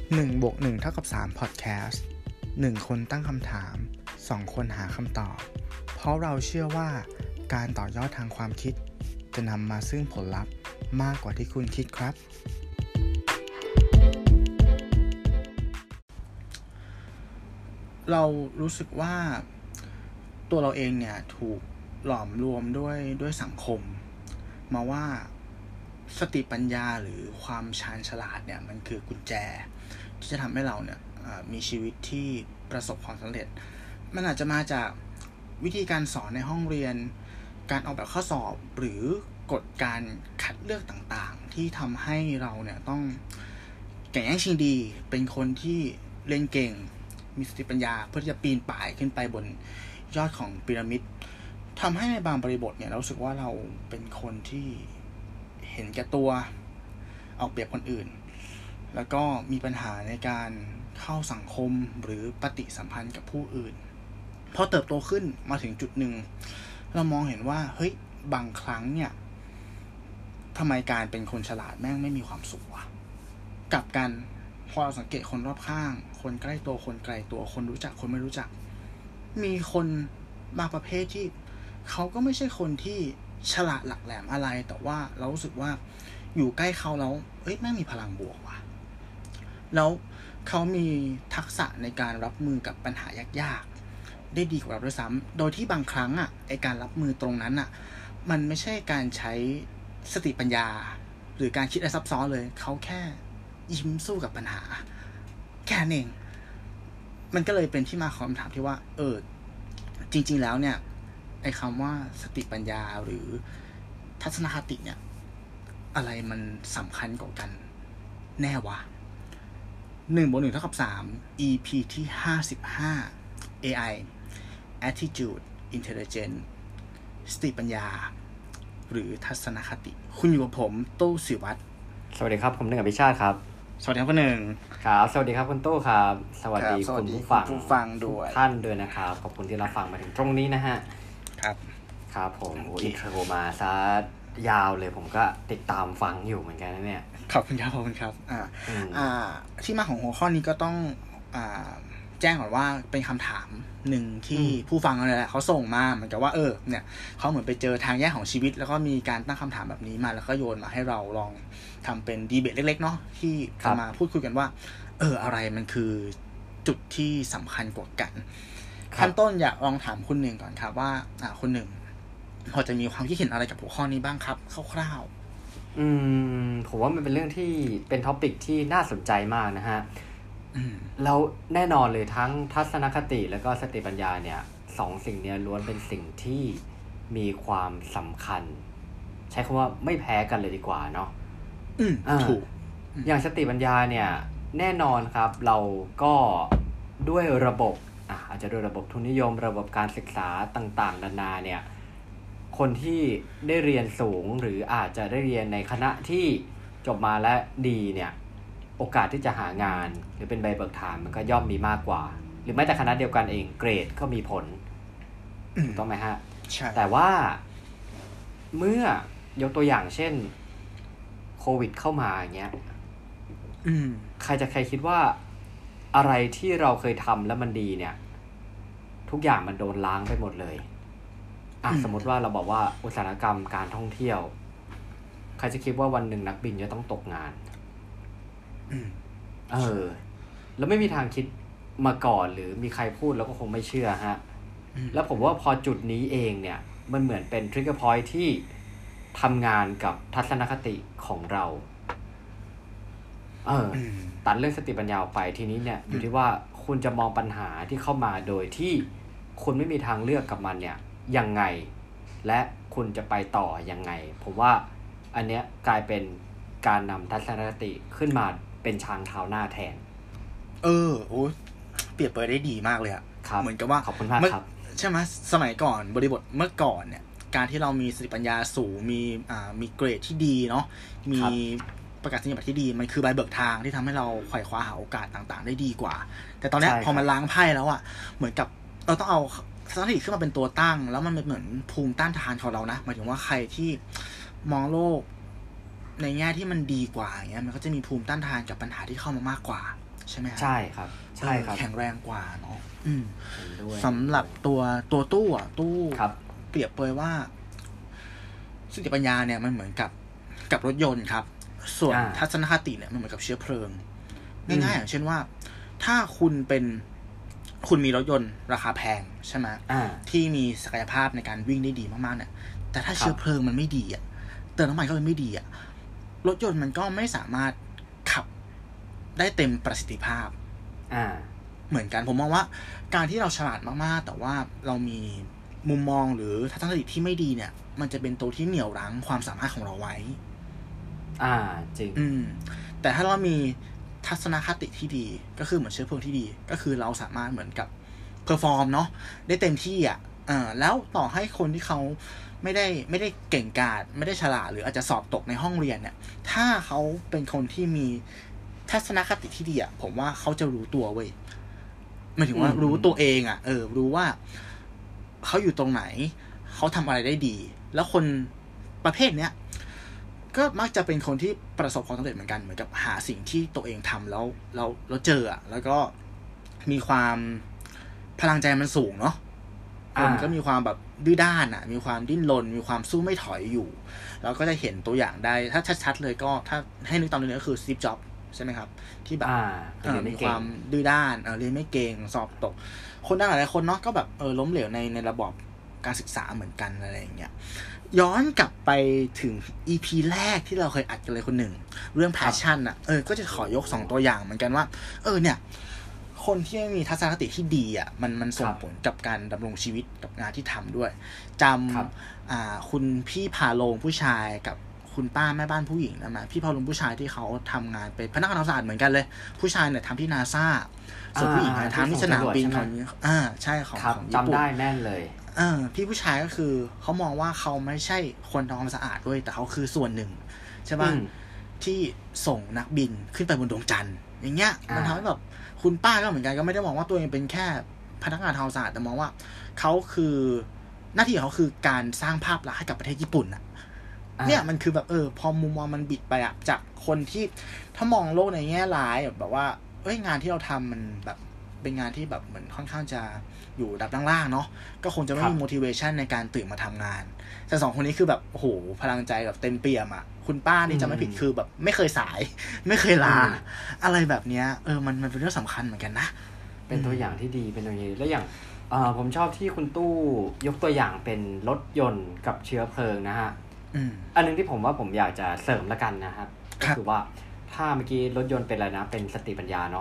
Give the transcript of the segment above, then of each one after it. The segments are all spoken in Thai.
1+1=3 Podcast 1 คนตั้งคำถาม2 คนหาคำตอบเพราะเราเชื่อว่าการต่อยอดทางความคิดจะนำมาซึ่งผลลัพธ์มากกว่าที่คุณคิดครับเรารู้สึกว่าตัวเราเองเนี่ยถูกหลอมรวมด้วยสังคมมาว่าสติปัญญาหรือความชาญฉลาดเนี่ยมันคือกุญแจที่จะทำให้เราเนี่ยมีชีวิตที่ประสบความสำเร็จมันอาจจะมาจากวิธีการสอนในห้องเรียนการออกแบบข้อสอบหรือกฎการคัดเลือกต่างๆที่ทำให้เราเนี่ยต้องแข่งแย่งชิงดีเป็นคนที่เรียนเก่งมีสติปัญญาเพื่อที่จะปีนป่ายขึ้นไปบนยอดของพีระมิดทำให้ในบางบริบทเนี่ยเรารู้สึกว่าเราเป็นคนที่เห็นแก่ตัวเอาเปรียบคนอื่นแล้วก็มีปัญหาในการเข้าสังคมหรือปฏิสัมพันธ์กับผู้อื่นพอเติบโตขึ้นมาถึงจุดหนึ่งเรามองเห็นว่าเฮ้ยบางครั้งเนี่ยทำไมการเป็นคนฉลาดแม่งไม่มีความสุขวะกลับกันพอเราสังเกตคนรอบข้างคนใกล้ตัวคนไกลตัวคนรู้จักคนไม่รู้จักมีคนบางประเภทที่เขาก็ไม่ใช่คนที่ฉลาดหลักแหลมอะไรแต่ว่าเรารู้สึกว่าอยู่ใกล้เขาแล้วแม่งมีพลังบวกว่ะแล้วเขามีทักษะในการรับมือกับปัญหายากๆได้ดีกว่าเราด้วยซ้ำโดยที่บางครั้งไอการรับมือตรงนั้นมันไม่ใช่การใช้สติปัญญาหรือการคิดอะไรซับซ้อนเลยเขาแค่ยิ้มสู้กับปัญหาแค่นั้นเองมันก็เลยเป็นที่มาของคำถามที่ว่าจริงๆแล้วเนี่ยไอ้คำว่าสติปัญญาหรือทัศนคติเนี่ยอะไรมันสำคัญกว่ากันแน่วะ1+1=3 EP ที่55 AI Attitude Intelligence สติปัญญาหรือทัศนคติคุณอยู่กับผมตู้ศิวัตรสวัสดีครับผมหนึ่งอภิชาติครับสวัสดีครับคุณหนึ่งครับสวัสดีครับคุณตู้ครับสวัสดีคุณผู้ฟังด้วยท่านด้วยนะครับขอบคุณที่รับฟังมาถึงตรงนี้นะฮะครับผมอินโทรมาซะยาวเลยผมก็ติดตามฟังอยู่เหมือนกันนะเนี่ยขอบคุณครับที่มาของหัวข้อนี้ก็ต้องแจ้งก่อนว่าเป็นคำถามหนึ่งที่ผู้ฟังอะไรแหละเขาส่งมาเหมือนกับว่าเนี่ยเขาเหมือนไปเจอทางแยกของชีวิตแล้วก็มีการตั้งคำถามแบบนี้มาแล้วก็โยนมาให้เราลองทำเป็นดีเบตเล็กๆเนาะที่จะมาพูดคุยกันว่าอะไรมันคือจุดที่สำคัญกว่ากันขั้นต้นอยากลองถามคุณหนึ่งก่อนครับว่าคุณหนึ่งพอจะมีความคิดเห็นอะไรกับหัวข้อนี้บ้างครับคร่าวๆผมว่ามันเป็นเรื่องที่เป็นท็อปิกที่น่าสนใจมากนะฮะแล้วแน่นอนเลยทั้งทัศนคติแล้วก็สติปัญญาเนี่ยสองสิ่งนี้ล้วนเป็นสิ่งที่มีความสำคัญใช้คำว่าไม่แพ้กันเลยดีกว่าเนาะถูกอย่างสติปัญญาเนี่ยแน่นอนครับเราก็ด้วยระบบอาจจะด้วยระบบทุนนิยมระบบการศึกษาต่างๆนานาเนี่ยคนที่ได้เรียนสูงหรืออาจจะได้เรียนในคณะที่จบมาและดีเนี่ยโอกาสที่จะหางานหรือเป็นใบเบิกทางมันก็ย่อมมีมากกว่าหรือแม้แต่คณะเดียวกันเองเกรดก็มีผลถูกต้องไหมฮะใช่แต่ว่าเมื่อยกตัวอย่างเช่นโควิดเข้ามาอย่างเงี้ยใครคิดว่าอะไรที่เราเคยทำแล้วมันดีเนี่ยทุกอย่างมันโดนล้างไปหมดเลยสมมติว่าเราบอกว่าอุตสาหกรรมการท่องเที่ยวใครจะคิดว่าวันหนึ่งนักบินจะต้องตกงานแล้วไม่มีทางคิดมาก่อนหรือมีใครพูดแล้วก็คงไม่เชื่อฮะแล้วผมว่าพอจุดนี้เองเนี่ยมันเหมือนเป็น trigger point ที่ทำงานกับทัศนคติของเราตัดเรื่องสติปัญญาออกไปทีนี้เนี่ยอยู่ที่ว่าคุณจะมองปัญหาที่เข้ามาโดยที่คุณไม่มีทางเลือกกับมันเนี่ยยังไงและคุณจะไปต่อยังไงผมว่าอันเนี้ยกลายเป็นการนำทัศนคติขึ้นมาเป็นช้างเท้าหน้าแทนโอ้เปรียบเปรยได้ดีมากเลยเหมือนกับว่าขอบคุณมากครับใช่ไหมสมัยก่อนบริบทเมื่อก่อนเนี่ยการที่เรามีสติปัญญาสูงมีเกรดที่ดีเนาะมีประกาศนียบัตรที่ดีมันคือใบเบิกทางที่ทำให้เราไขว่คว้าหาโอกาสต่างๆได้ดีกว่าแต่ตอนนี้พอมันล้างไพ่แล้วเหมือนกับเราต้องเอาทัศนคติขึ้นมาเป็นตัวตั้งแล้วมันเป็นเหมือนภูมิต้านทานของเรานะหมายถึงว่าใครที่มองโลกในแง่ที่มันดีกว่าอย่างเงี้ยมันก็จะมีภูมิต้านทานกับปัญหาที่เข้ามามากกว่าใช่ไหมใช่ครับใช่ครับแข็งแรงกว่าเนาะสำหรับตัวตู้อ่ะตู้เปรียบเปรยว่าสติปัญญาเนี่ยมันเหมือนกับรถยนต์ครับส่วนทัศนคติเนี่ยมันเหมือนกับเชื้อเพลิงง่ายๆอย่างเช่นว่าถ้าคุณมีรถยนต์ราคาแพงใช่ไหมที่มีศักยภาพในการวิ่งได้ดีมากๆเนี่ยแต่ถ้าเชื้อเพลิงมันไม่ดีอ่ะเติมน้ำมันก็เลยไม่ดีอ่ะรถยนต์มันก็ไม่สามารถขับได้เต็มประสิทธิภาพเหมือนกันผมมองว่าการที่เราฉลาดมากๆแต่ว่าเรามีมุมมองหรือทัศนคติที่ไม่ดีเนี่ยมันจะเป็นตัวที่เหนี่ยวรั้งความสามารถของเราไว้จริงแต่ถ้าเรามีทัศนคติที่ดีก็คือเหมือนเชื้อเพลิงที่ดีก็คือเราสามารถเหมือนกับเพอร์ฟอร์มเนาะได้เต็มที่แล้วต่อให้คนที่เขาไม่ได้เก่งกาจไม่ได้ฉลาดหรืออาจจะสอบตกในห้องเรียนเนี่ยถ้าเขาเป็นคนที่มีทัศนคติที่ดีผมว่าเขาจะรู้ตัวเว้ยหมายถึงว่ารู้ตัวเองรู้ว่าเขาอยู่ตรงไหนเขาทำอะไรได้ดีแล้วคนประเภทเนี้ยก็มักจะเป็นคนที่ประสบความสำเร็จเหมือนกันเหมือนกับหาสิ่งที่ตัวเองทำแล้วเจอแล้วก็มีความพลังใจมันสูงเนาะมันก็มีความแบบดื้อด้านมีความดิ้นรนมีความสู้ไม่ถอยอยู่แล้วก็จะเห็นตัวอย่างได้ถ้าชัดๆเลยก็ถ้าให้นึกตามนี้ก็คือสตีฟจ็อบส์ใช่ไหมครับที่แบบมีความดื้อด้านเรียนไม่เก่งสอบตกคนได้หลายคนเนาะก็แบบล้มเหลวในระบบการศึกษาเหมือนกันอะไรอย่างเงี้ยย้อนกลับไปถึง EP แรกที่เราเคยอัดกันเลยคนหนึ่งเรื่อง passion ก็จะขอยก2ตัวอย่างเหมือนกันว่าเนี่ยคนที่มีทัศนคติที่ดีมันส่งผลกับการดำรงชีวิตกับงานที่ทำด้วยจำคุณพี่พาโรงผู้ชายกับคุณป้าแม่บ้านผู้หญิงนะพี่พาโรงผู้ชายที่เขาทำงานเป็นพนักงานทำความสะอาดเหมือนกันเลยผู้ชายเนี่ยทำที่ NASA ส่วนผู้หญิงทำที่สนามบินของใช่ของญี่ปุ่นจำได้แน่นเลยพี่ผู้ชายก็คือเขามองว่าเขาไม่ใช่คนทำความสะอาดด้วยแต่เขาคือส่วนหนึ่งใช่ป่ะที่ส่งนักบินขึ้นไปบนดวงจันทร์อย่างเงี้ยมันทำให้แบบคุณป้าก็เหมือนกันก็ไม่ได้มองว่าตัวเองเป็นแค่พนักงานทำความสะอาดแต่มองว่าเขาคือหน้าที่ของเขาคือการสร้างภาพลักษณ์ให้กับประเทศญี่ปุ่นเนี่ยมันคือแบบพอมุมมองมันบิดไปจากคนที่ถ้ามองโลกในแง่ร้ายแบบว่างานที่เราทำมันแบบเป็นงานที่แบบเหมือนค่อนข้างจะอยู่ระดับล่างๆเนาะก็คงจะไม่มี motivation ในการตื่นมาทำงานแต่2คนนี้คือแบบโอ้โหพลังใจแบบเต็มเปี่ยมคุณป้านี่จะไม่ผิดคือแบบไม่เคยสายไม่เคยลาอะไรแบบเนี้ยมันเป็นเรื่องสำคัญเหมือนกันนะเป็นตัวอย่างที่ดีเป็นตัวอย่างแล้วอย่างผมชอบที่คุณตู้ยกตัวอย่างเป็นรถยนต์กับเชื้อเพลิงนะฮะอันนึงที่ผมว่าผมอยากจะเสริมละกันนะครับก็คือว่าถ้าเมื่อกี้รถยนต์เป็นอะไรนะเป็นสติปัญญาเนาะ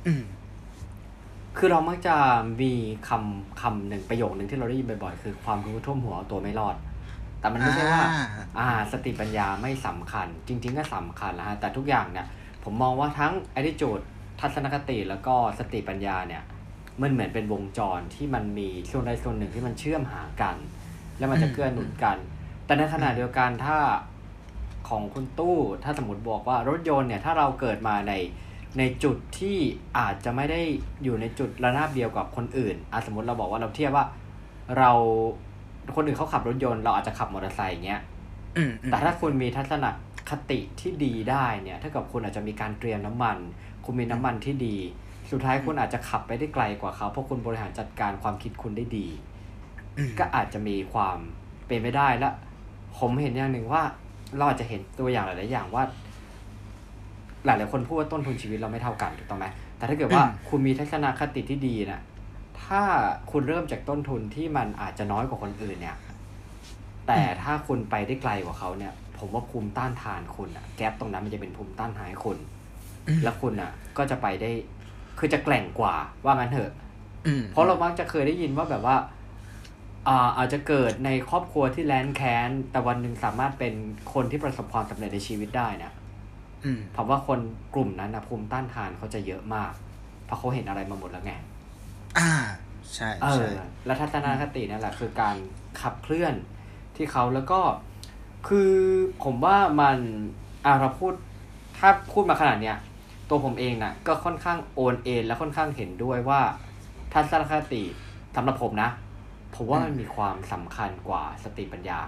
คือเรามักจะมีคำหนึ่งประโยคนึงที่เราได้ยินบ่อยๆคือความรู้ท่วมหัวตัวไม่รอดแต่มันไม่ใช่ว่าสติปัญญาไม่สำคัญจริงๆก็สำคัญนะฮะแต่ทุกอย่างเนี่ยผมมองว่าทั้ง attitude ทัศนคติแล้วก็สติปัญญาเนี่ยมันเหมือนเป็นวงจรที่มันมีส่วนใดส่วนหนึ่งที่มันเชื่อมหากันแล้วมันจะเกื้อหนุนกันแต่ในขณะเดียวกันถ้าของคุณตู้ถ้าสมมติบอกว่ารถยนต์เนี่ยถ้าเราเกิดมาในจุดที่อาจจะไม่ได้อยู่ในจุดระนาบเดียวกับคนอื่นสมมติเราบอกว่าเราเทียบว่าเราคนอื่นเขาขับรถยนต์เราอาจจะขับมอเตอร์ไซค์อย่างเงี้ยแต่ถ้าคุณมีทัศนคติที่ดีได้เนี่ยถ้ากับคุณอาจจะมีการเตรียมน้ำมันคุณมีน้ำมันที่ดีสุดท้ายคุณอาจจะขับไปได้ไกลกว่าเขาเพราะคุณบริหารจัดการความคิดคุณได้ดีก็อาจจะมีความเป็นไม่ได้และผมเห็นอย่างหนึ่งว่าเราอาจจะเห็นตัวอย่างหลายๆอย่างว่าหลายๆคนพูดว่าต้นทุนชีวิตเราไม่เท่ากันถูกต้องไหมแต่ถ้าเกิดว่าคุณมีทัศนคติที่ดีนะถ้าคุณเริ่มจากต้นทุนที่มันอาจจะน้อยกว่าคนอื่นเนี่ยแต่ถ้าคุณไปได้ไกลกว่าเขาเนี่ยผมว่าภูมิต้านทานคุณแก๊ปตรงนั้นมันจะเป็นภูมิต้านทานให้คุณแล้วคุณก็จะไปได้คือจะแกร่งกว่าว่างั้นเถอะเพราะเรามักจะเคยได้ยินว่าแบบว่าอาจจะเกิดในครอบครัวที่แร้นแค้นแต่วันหนึ่งสามารถเป็นคนที่ประสบความสำเร็จในชีวิตได้เนี่ยผมว่าคนกลุ่มนั้นภูมิต้านทานเขาจะเยอะมากเพราะเขาเห็นอะไรมาหมดแล้วไงใช่และทัศนคตินั่นแหละคือการขับเคลื่อนที่เขาแล้วก็คือผมว่ามันเราพูดถ้าพูดมาขนาดเนี้ยตัวผมเองนะก็ค่อนข้างโอนเอ็นและค่อนข้างเห็นด้วยว่าทัศนคติสำหรับผมนะผมว่ามันมีความสำคัญกว่าสติปัญญา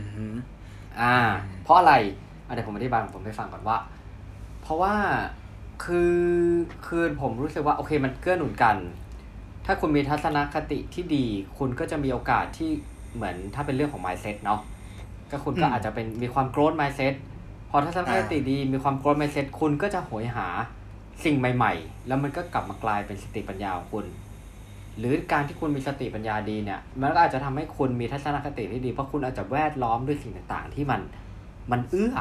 เพราะอะไรเดี๋ยวผมอธิบายผมให้ฟังก่อนว่าเพราะว่าคือคือผมรู้สึกว่าโอเคมันเกื้อหนุนกัน ถ้าคุณมีทัศนคติที่ดีคุณก็จะมีโอกาสที่เหมือนถ้าเป็นเรื่องของ mindset เนาะก็คุณก็อาจจะเป็นมีความ growth mindset พอทัศนคติดีมีความ growth mindset คุณก็จะโหยหาสิ่งใหม่ๆแล้วมันก็กลับมากลายเป็นสติปัญญาของคุณหรือการที่คุณมีสติปัญญาดีเนี่ยมันก็อาจจะทำให้คุณมีทัศนคติที่ดีเพราะคุณอาจจะแวดล้อมด้วยสิ่งต่างๆที่มันเอื้อ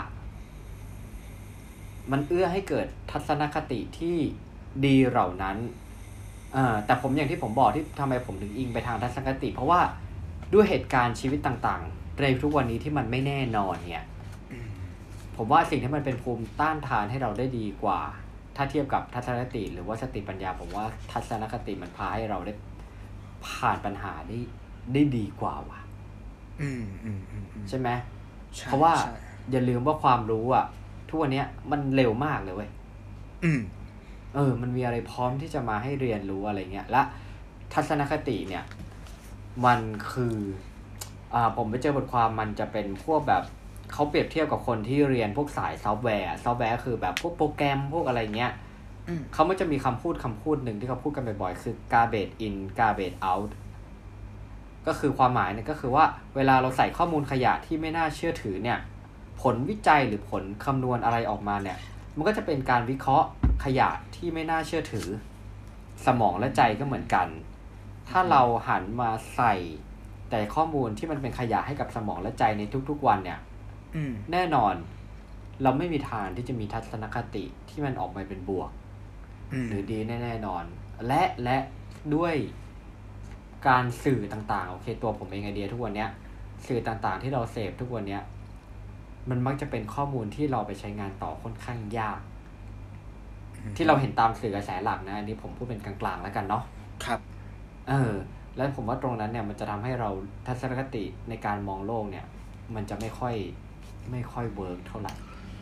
ให้เกิดทัศนคติที่ดีเหล่านั้นแต่ผมอย่างที่ผมบอกที่ทำไมผมถึงอิงไปทางทัศนคติเพราะว่าด้วยเหตุการณ์ชีวิตต่างๆในทุกวันนี้ที่มันไม่แน่นอนเนี่ยผมว่าสิ่งที่มันเป็นภูมิต้านทานให้เราได้ดีกว่าถ้าเทียบกับทัศนคติหรือว่าสติปัญญาผมว่าทัศนคติมันพาให้เราได้ผ่านปัญหาได้ดีกว่าว่ะใช่ไหมเพราะว่าอย่าลืมว่าความรู้อ่ะทุกวันนี้มันเร็วมากเลยเว้ยมันมีอะไรพร้อมที่จะมาให้เรียนรู้อะไรเงี้ยและทัศนคติเนี่ยมันคือผมไปเจอบทความมันจะเป็นพวกแบบเขาเปรียบเทียบกับคนที่เรียนพวกสายซอฟต์แวร์คือแบบพวกโปรแกรมพวกอะไรเงี้ยเขามันจะมีคำพูดหนึ่งที่เขาพูดกันบ่อยๆคือ garbage in garbage out ก็คือความหมายเนี่ยก็คือว่าเวลาเราใส่ข้อมูลขยะที่ไม่น่าเชื่อถือเนี่ยผลวิจัยหรือผลคำนวณอะไรออกมาเนี่ยมันก็จะเป็นการวิเคราะห์ขยะที่ไม่น่าเชื่อถือสมองและใจก็เหมือนกันถ้าเราหันมาใส่แต่ข้อมูลที่มันเป็นขยะให้กับสมองและใจในทุกๆวันเนี่ยแน่นอนเราไม่มีทางที่จะมีทัศนคติที่มันออกมาเป็นบวกหรือดีแน่นอนและด้วยการสื่อต่างๆโอเคตัวผมเองไอเดียทุกวันเนี้ยสื่อต่างๆที่เราเสพทุกวันเนี้ยมันมักจะเป็นข้อมูลที่เราไปใช้งานต่อค่อนข้างยากที่เราเห็นตามสื่อกระแสหลักนะอันนี้ผมพูดเป็นกลางๆแล้วกันเนาะครับแล้วผมว่าตรงนั้นเนี่ยมันจะทำให้เราทัศนคติในการมองโลกเนี่ยมันจะไม่ค่อยเวิร์กเท่าไหร่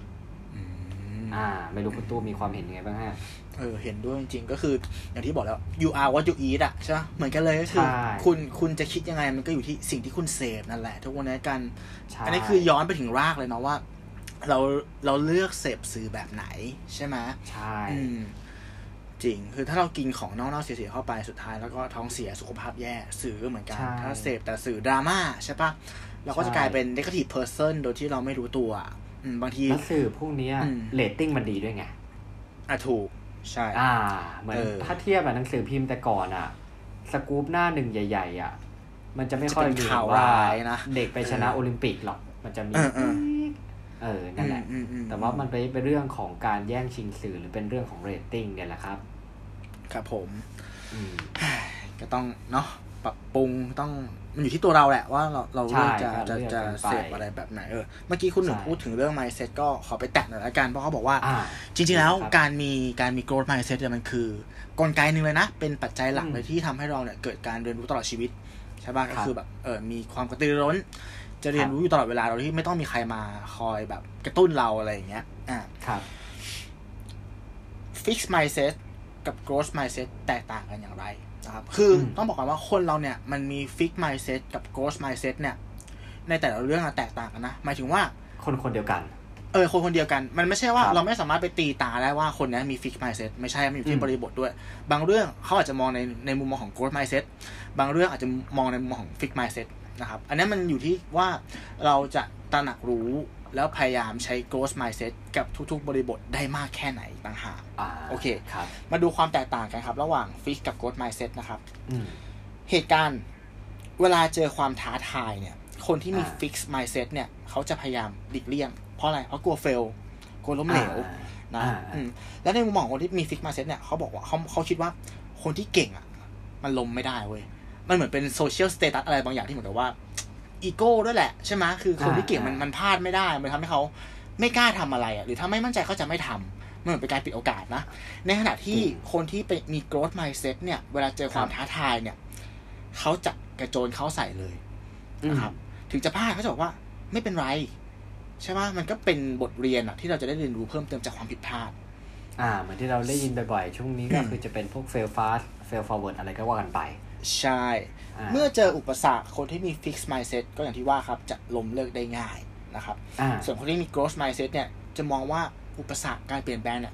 ไม่รู้คุณตู้มีความเห็นยังไงบ้างฮะเห็นด้วยจริงๆก็คืออย่างที่บอกแล้ว you are what you eat ใช่ไหมเหมือนกันเลยก็คือคุณจะคิดยังไงมันก็อยู่ที่สิ่งที่คุณเสพนั่นแหละทุกวันนี้กันอันนี้คือย้อนไปถึงรากเลยเนาะว่าเราเลือกเสพสื่อแบบไหนใช่ไหมใช่จริงคือถ้าเรากินของนอกๆเสียๆเข้าไปสุดท้ายแล้วก็ท้องเสียสุขภาพแย่สื่อก็เหมือนกันถ้าเสพแต่สื่อดราม่าใช่ปะเราก็จะกลายเป็น negative person โดยที่เราไม่รู้ตัวบางทีแล้วสื่อพวกนี้เรตติ้งมันดีด้วยไงถูกใช่เหมือนถ้าเทียบกับหนังสือพิมพ์แต่ก่อนสกู๊ปหน้าหนึ่งใหญ่ๆมันจะไม่ค่อยมีว่าเด็กไปชนะโอลิมปิกหรอกมันจะมีนั่นแหละแต่ว่ามันเป็นเรื่องของการแย่งชิงสื่อหรือเป็นเรื่องของเรตติ้งเนี่ยแหละครับครับผมก็ต้องเนาะปรับปรุงต้องมันอยู่ที่ตัวเราแหละว่าเราเลือกจะเสพอะไรแบบไหนเมื่อกี้คุณหนึ่งพูดถึงเรื่อง mindset ก็ขอไปแตะหน่อยละกันเพราะเขาบอกว่าจริงๆแล้วการมี growth mindset เนี่ยมันคือกลไกนึงเลยนะเป็นปัจจัยหลักเลยที่ทำให้เราเนี่ยเกิดการเรียนรู้ตลอดชีวิตใช่ป่ะก็คือแบบมีความกระตือรือร้นจะเรียนรู้อยู่ตลอดเวลาโดยที่ไม่ต้องมีใครมาคอยแบบกระตุ้นเราอะไรอย่างเงี้ยครับ fix mindset กับ growth mindset แตกต่างกันอย่างไรนะครับคือต้องบอกก่อนว่าคนเราเนี่ยมันมี fix mindset กับ growth mindset เนี่ยในแต่ละเรื่องแตกต่างกันนะหมายถึงว่าคนเดียวกันคนเดียวกันมันไม่ใช่ว่าเราไม่สามารถไปตีตาได้ว่าคนนี้มี fix mindset ไม่ใช่มันอยู่ที่บริบทด้วยบางเรื่องเขาอาจจะมองในมุมมองของ growth mindset บางเรื่องอาจจะมองในมุมมองของ fix mindset นะครับอันนี้มันอยู่ที่ว่าเราจะตระหนักรู้แล้วพยายามใช้ growth mindset กับทุกๆบริบทได้มากแค่ไหนต่างหากโอเคมาดูความแตกต่างกันครับระหว่าง fix กับ growth mindset นะครับเหตุการณ์เวลาเจอความท้าทายเนี่ยคนที่มี fix mindset เนี่ยเขาจะพยายามหลีกเลี่ยงเพราะอะไรเพราะกลัว fail กลัวล้มเหลวนะแล้วในมุมมองคนที่มี fix mindset เนี่ยเขาบอกว่าเขาคิดว่าคนที่เก่งมันล้มไม่ได้เว้ยมันเหมือนเป็น social status อะไรบางอย่างที่เหมือนกับว่าอีโก้ด้วยแหละใช่ไหมคือคนที่เก่งมันพลาดไม่ได้มันทำให้เขาไม่กล้าทำอะไรหรือถ้าไม่มั่นใจเขาจะไม่ทำมันเหมือนเป็นการปิดโอกาสนะในขณะที่คนที่ไปมี growth mindset เนี่ยเวลาเจอความท้าทายเนี่ยเขาจะกระโจนเข้าใส่เลยนะครับถึงจะพลาดเขาจะบอกว่าไม่เป็นไรใช่ไหมมันก็เป็นบทเรียนที่เราจะได้เรียนรู้เพิ่มเติมจากความผิดพลาดเหมือนที่เราได้ยินบ่อยๆช่วงนี้ก็คือจะเป็นพวก fail fast fail forward อะไรก็ว่ากันไปใช่เมื่อเจออุปสรรคคนที่มี fix mindset ก็อย่างที่ว่าครับจะล้มเลิกได้ง่ายนะครับส่วนคนที่มี growth mindset เนี่ยจะมองว่าอุปสรรคการเปลี่ยนแปลงเนี่ยเ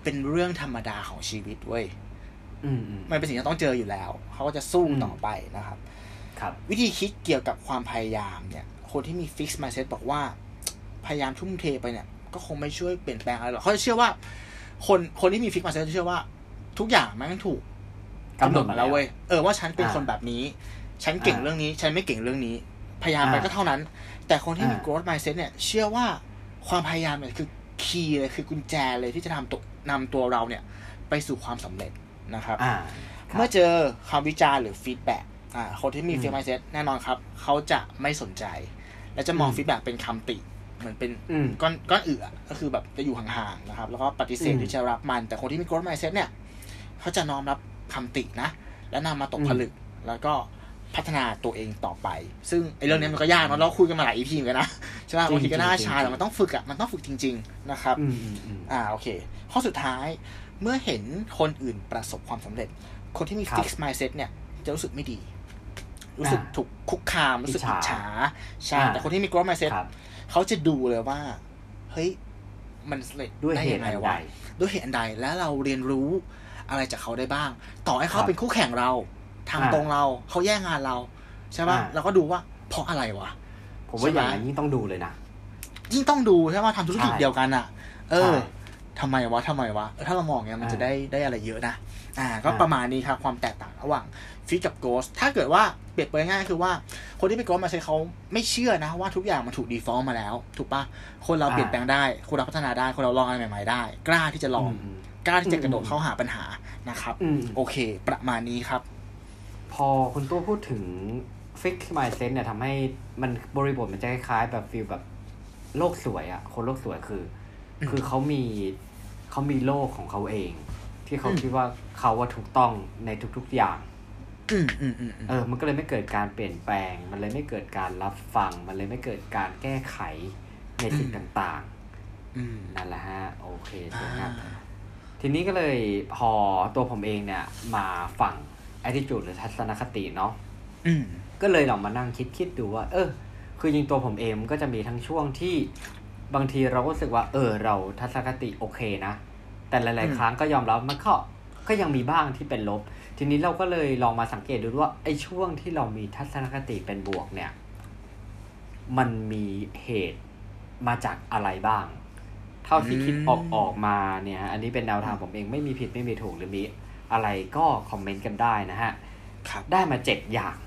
เป็นเรื่องธรรมดาของชีวิตเว้ยอืมมันเป็นสิ่งที่ต้องเจออยู่แล้วเขาก็จะสู้ต่อไปนะครับครับวิธีคิดเกี่ยวกับความพยายามเนี่ยคนที่มี fix mindset บอกว่าพยายามทุ่มเทไปเนี่ยก็คงไม่ช่วยเปลี่ยนแปลงอะไรหรอกเขาจะเชื่อว่าคนที่มี fix mindset จะเชื่อว่าทุกอย่างมันถูกกำหนดมาแล้วเว้ยว่าฉันเป็นคนแบบนี้ฉันเก่งเรื่องนี้ฉันไม่เก่งเรื่องนี้พยายามไปก็เท่านั้นแต่คนที่มี growth mindset เนี่ยเชื่อว่าความพยายามเนี่ยคือคีย์เลยคือกุญแจเลยที่จะนำตัวเราเนี่ยไปสู่ความสำเร็จนะครับเมื่อเจอคำวิจารณ์หรือฟีดแบ็กคนที่มี fix mindset แน่นอนครับเขาจะไม่สนใจและจะมองฟีดแบ็กเป็นคำติเหมือนเป็นก้อนก็คือแบบจะอยู่ห่างๆนะครับแล้วก็ปฏิเสธที่จะรับมันแต่คนที่มี growth mindset เนี่ยเขาจะน้อมรับคำตินะและนำมาตกผลึกแล้วก็พัฒนาตัวเองต่อไปซึ่งไอ้เรื่องนี้มันก็ยากเนาะเราคุยกันมาหลาย EP เหมือนกันนะใช่ป่ะบางทีก็น่าชาแต่มันต้องฝึกมันต้องฝึกจริงๆนะครับโอเคข้อสุดท้ายเมื่อเห็นคนอื่นประสบความสำเร็จคนที่มี fix mindset เนี่ยจะรู้สึกไม่ดีรู้สึกถูกคุกคามรู้สึกอิจฉาใช่แต่คนที่มี growth mindset เขาจะดูเลยว่าเฮ้ยมันสำเร็จได้ยังไงวะด้วยเหตุอันใดแล้วเราเรียนรู้อะไรจากเขาได้บ้างต่อให้เขาเป็นคู่แข่งเราทางตรงเราเขาแย่งงานเราใช่ป่ะเราก็ดูว่าเพราะอะไรวะผมว่าอย่างนี้ต้องดูเลยนะยิ่งต้องดูใช่ป่ะทำธุรกิจเดียวกันอ่ะทำไมวะถ้าเรามองเงี้ยมันจะได้อะไรเยอะนะก็ประมาณนี้ครับความแตกต่างระหว่างฟิกกับโกสถ้าเกิดว่าเปรียบเปรยง่ายคือว่าคนที่เป็นโกสมาใช้เขาไม่เชื่อนะว่าทุกอย่างมันถูกดีฟอลต์มาแล้วถูกป่ะคนเราเปลี่ยนแปลงได้คนเราพัฒนาได้คนเราลองอะไรใหม่ๆได้กล้าที่จะลองกล้าที่จะกระโดดเข้าหาปัญหานะครับโอเคประมาณนี้ครับพอคุณตู้พูดถึง fix mindset เนี่ยทำให้มันบริบทมันจะคล้ายๆแบบฟีลแบบโลกสวยอ่ะคนโลกสวยคือเขามีโลกของเขาเองที่เขาคิดว่าเขาว่าถูกต้องในทุกๆอย่างมันก็เลยไม่เกิดการเปลี่ยนแปลงมันเลยไม่เกิดการรับฟังมันเลยไม่เกิดการแก้ไขในสิ่งต่างๆนั่นแหละฮะโอเคครับทีนี้ก็เลยพอตัวผมเองเนี่ยมาฝั่ง attitude หรือทัศนคติเนาะก็เลยลองมานั่งคิดดูว่าคือจริงตัวผมเองมันก็จะมีทั้งช่วงที่บางทีเราก็รู้สึกว่าเราทัศนคติโอเคนะแต่หลายๆครั้งก็ยอมรับมันก็ยังมีบ้างที่เป็นลบทีนี้เราก็เลยลองมาสังเกตดูว่าไอ้ช่วงที่เรามีทัศนคติเป็นบวกเนี่ยมันมีเหตุมาจากอะไรบ้างเท่าที่คิดออกมาเนี่ยอันนี้เป็นแนวทางผมเองไม่มีผิดไม่มีถูกหรือมีอะไรก็คอมเมนต์กันได้นะฮะได้มา7อย่าง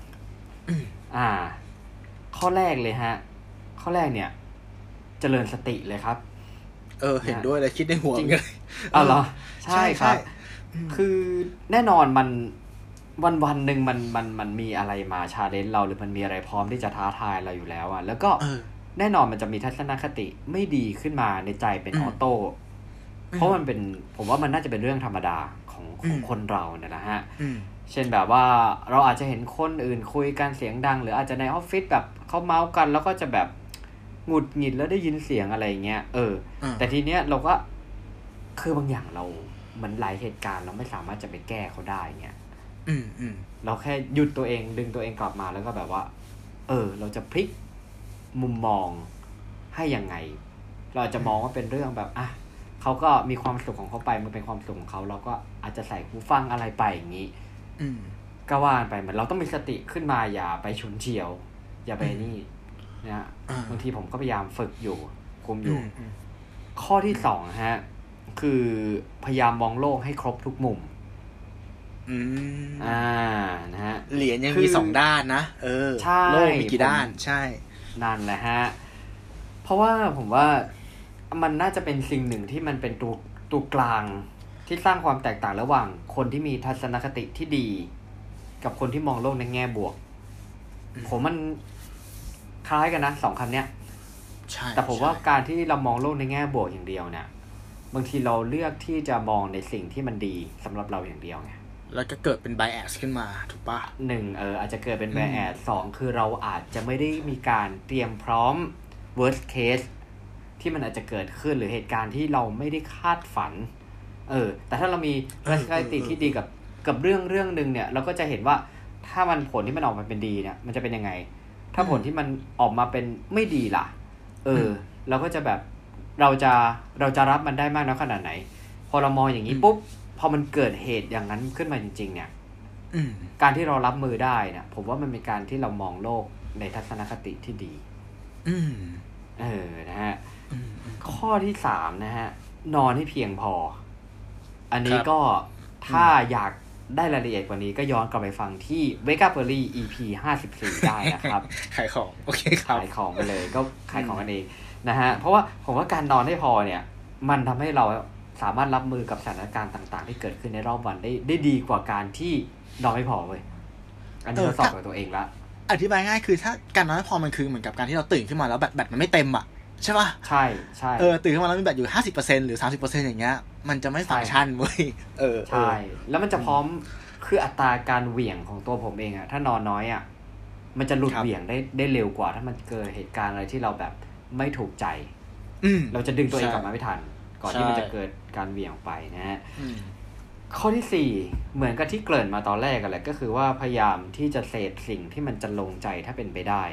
ข้อแรกเลยฮะข้อแรกเนี่ยเจริญสติเลยครับเห็นด้วยเลยคิดในหัวกันเหรอใช่ครับคือแน่นอนมันวันหนึ่งมันมีอะไรมาชาเลนจ์เราหรือมันมีอะไรพร้อมที่จะท้าทายเราอยู่แล้วแล้วก็แน่นอนมันจะมีทัศนคติไม่ดีขึ้นมาในใจเป็นออโต้เพราะมันเป็นผมว่ามันน่าจะเป็นเรื่องธรรมดาของคนเราเนี่ยนะฮะเช่นแบบว่าเราอาจจะเห็นคนอื่นคุยกันเสียงดังหรืออาจจะในออฟฟิศแบบเขาเมาส์กันแล้วก็จะแบบหงุดหงิดแล้วได้ยินเสียงอะไรเงี้ยแต่ทีเนี้ยเราก็คือบางอย่างเราเหมือนหลายเหตุการณ์เราไม่สามารถจะไปแก้เขาได้เงี้ยเราแค่หยุดตัวเองดึงตัวเองกลับมาแล้วก็แบบว่าเราจะพลิกมุมมองให้ยังไงเราจะมองว่าเป็นเรื่องแบบเขาก็มีความสุขของเขาไปมันเป็นความสุขของเขาเราก็อาจจะใส่หูฟังอะไรไปอย่างนี้ก็ว่าไปเหมือนเราต้องมีสติขึ้นมาอย่าไปฉุนเฉียวอย่าไปนี่นะบางทีผมก็พยายามฝึกอยู่คุมอยู่ข้อที่2ฮะคือพยายามมองโลกให้ครบทุกมุมนะฮะเหรียญยังมี2ด้านนะโลกมีกี่ด้านใช่นั่นแหละฮะเพราะว่าผมว่ามันน่าจะเป็นสิ่งหนึ่งที่มันเป็นตัวกลางที่สร้างความแตกต่างระหว่างคนที่มีทัศนคติที่ดีกับคนที่มองโลกในแง่บวกผมมันคล้ายกันนะ2คำเนี้ยแต่ผมว่าการที่เรามองโลกในแง่บวกอย่างเดียวเนี่ยบางทีเราเลือกที่จะมองในสิ่งที่มันดีสำหรับเราอย่างเดียวไงแล้วก็เกิดเป็น bias ขึ้นมาถูกป่ะ 1อาจจะเกิดเป็น bias 2คือเราอาจจะไม่ได้มีการเตรียมพร้อม worst case ที่มันอาจจะเกิดขึ้นหรือเหตุการณ์ที่เราไม่ได้คาดฝันแต่ถ้าเรามีทัศนคติที่ดีกับเรื่องนึงเนี่ยเราก็จะเห็นว่าถ้ามันผลที่มันออกมาเป็นดีเนี่ยมันจะเป็นยังไงถ้าผลที่มันออกมาเป็นไม่ดีล่ะเราก็จะแบบเราจะรับมันได้มากน้อยขนาดไหนพอเรามองอย่างนี้ปุ๊บพอมันเกิดเหตุอย่างนั้นขึ้นมาจริงๆเนี่ยการที่เรารับมือได้เนี่ยผมว่ามันเป็นการที่เรามองโลกในทัศนคติที่ดีนะฮะข้อที่3นะฮะนอนให้เพียงพออันนี้ก็ถ้าอยากได้รายละเอียดกว่านี้ก็ย้อนกลับไปฟังที่ Wake Up Early EP 54ได้นะครับขายของโอเคครับขายของไปเลยก็ขายของกันเองนะฮะเพราะว่าผมว่าการนอนให้พอเนี่ยมันทำให้เราสามารถรับมือกับสถานการณ์ต่างๆที่เกิดขึ้นในรอบวันได้ดีกว่าการที่นอนไม่พอเว้ยอันนี้เราสอบกับตัวเองละอธิบายง่ายคือถ้าการนอนไม่พอมันคือเหมือนกับการที่เราตื่นขึ้นมาแล้วแบตมันไม่เต็มอ่ะใช่ป่ะใช่ใช่ตื่นขึ้นมาแล้วมีแบตอยู่ 50% หรือ 30% อย่างเงี้ยมันจะไม่ฟังก์ชันเว้ยใช่แล้วมันจะพร้อมคืออัตราการเหวี่ยงของตัวผมเองอะถ้านอนน้อยอะมันจะหลุดเหวี่ยงได้เร็วกว่าถ้ามันเกิดเหตุการณ์อะไรที่เราแบบไม่ถูกใจเราจะดึงตัวเองกลับมาไม่ทันก่อนที่มันจะเกิดการเหวี่ยงไปนะฮะข้อที่4เหมือนกับที่เกริ่นมาตอนแรกกันแหละก็คือว่าพยายามที่จะเสพสิ่งที่มันจะลงใจถ้าเป็นไปได้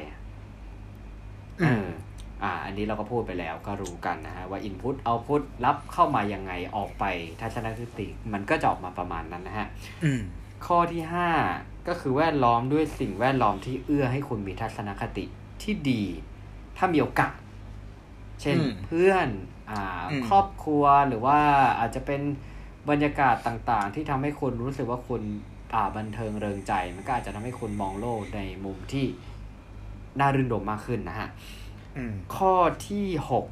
อันนี้เราก็พูดไปแล้วก็รู้กันนะฮะว่า input output รับเข้ามายังไงออกไปทัศนคติมันก็จะออกมาประมาณนั้นนะฮะข้อที่5ก็คือแวดล้อมด้วยสิ่งแวดล้อมที่เอื้อให้คุณมีทัศนคติที่ดีถ้ามีโอกาสเช่นเพื่อนครอบครัวหรือว่าอาจจะเป็นบรรยากาศต่างๆที่ทำให้คุณรู้สึกว่าคุณบันเทิงเริงใจมันก็อาจจะทำให้คุณมองโลกในมุมที่น่ารื่นรมย์มากขึ้นนะฮะข้อที่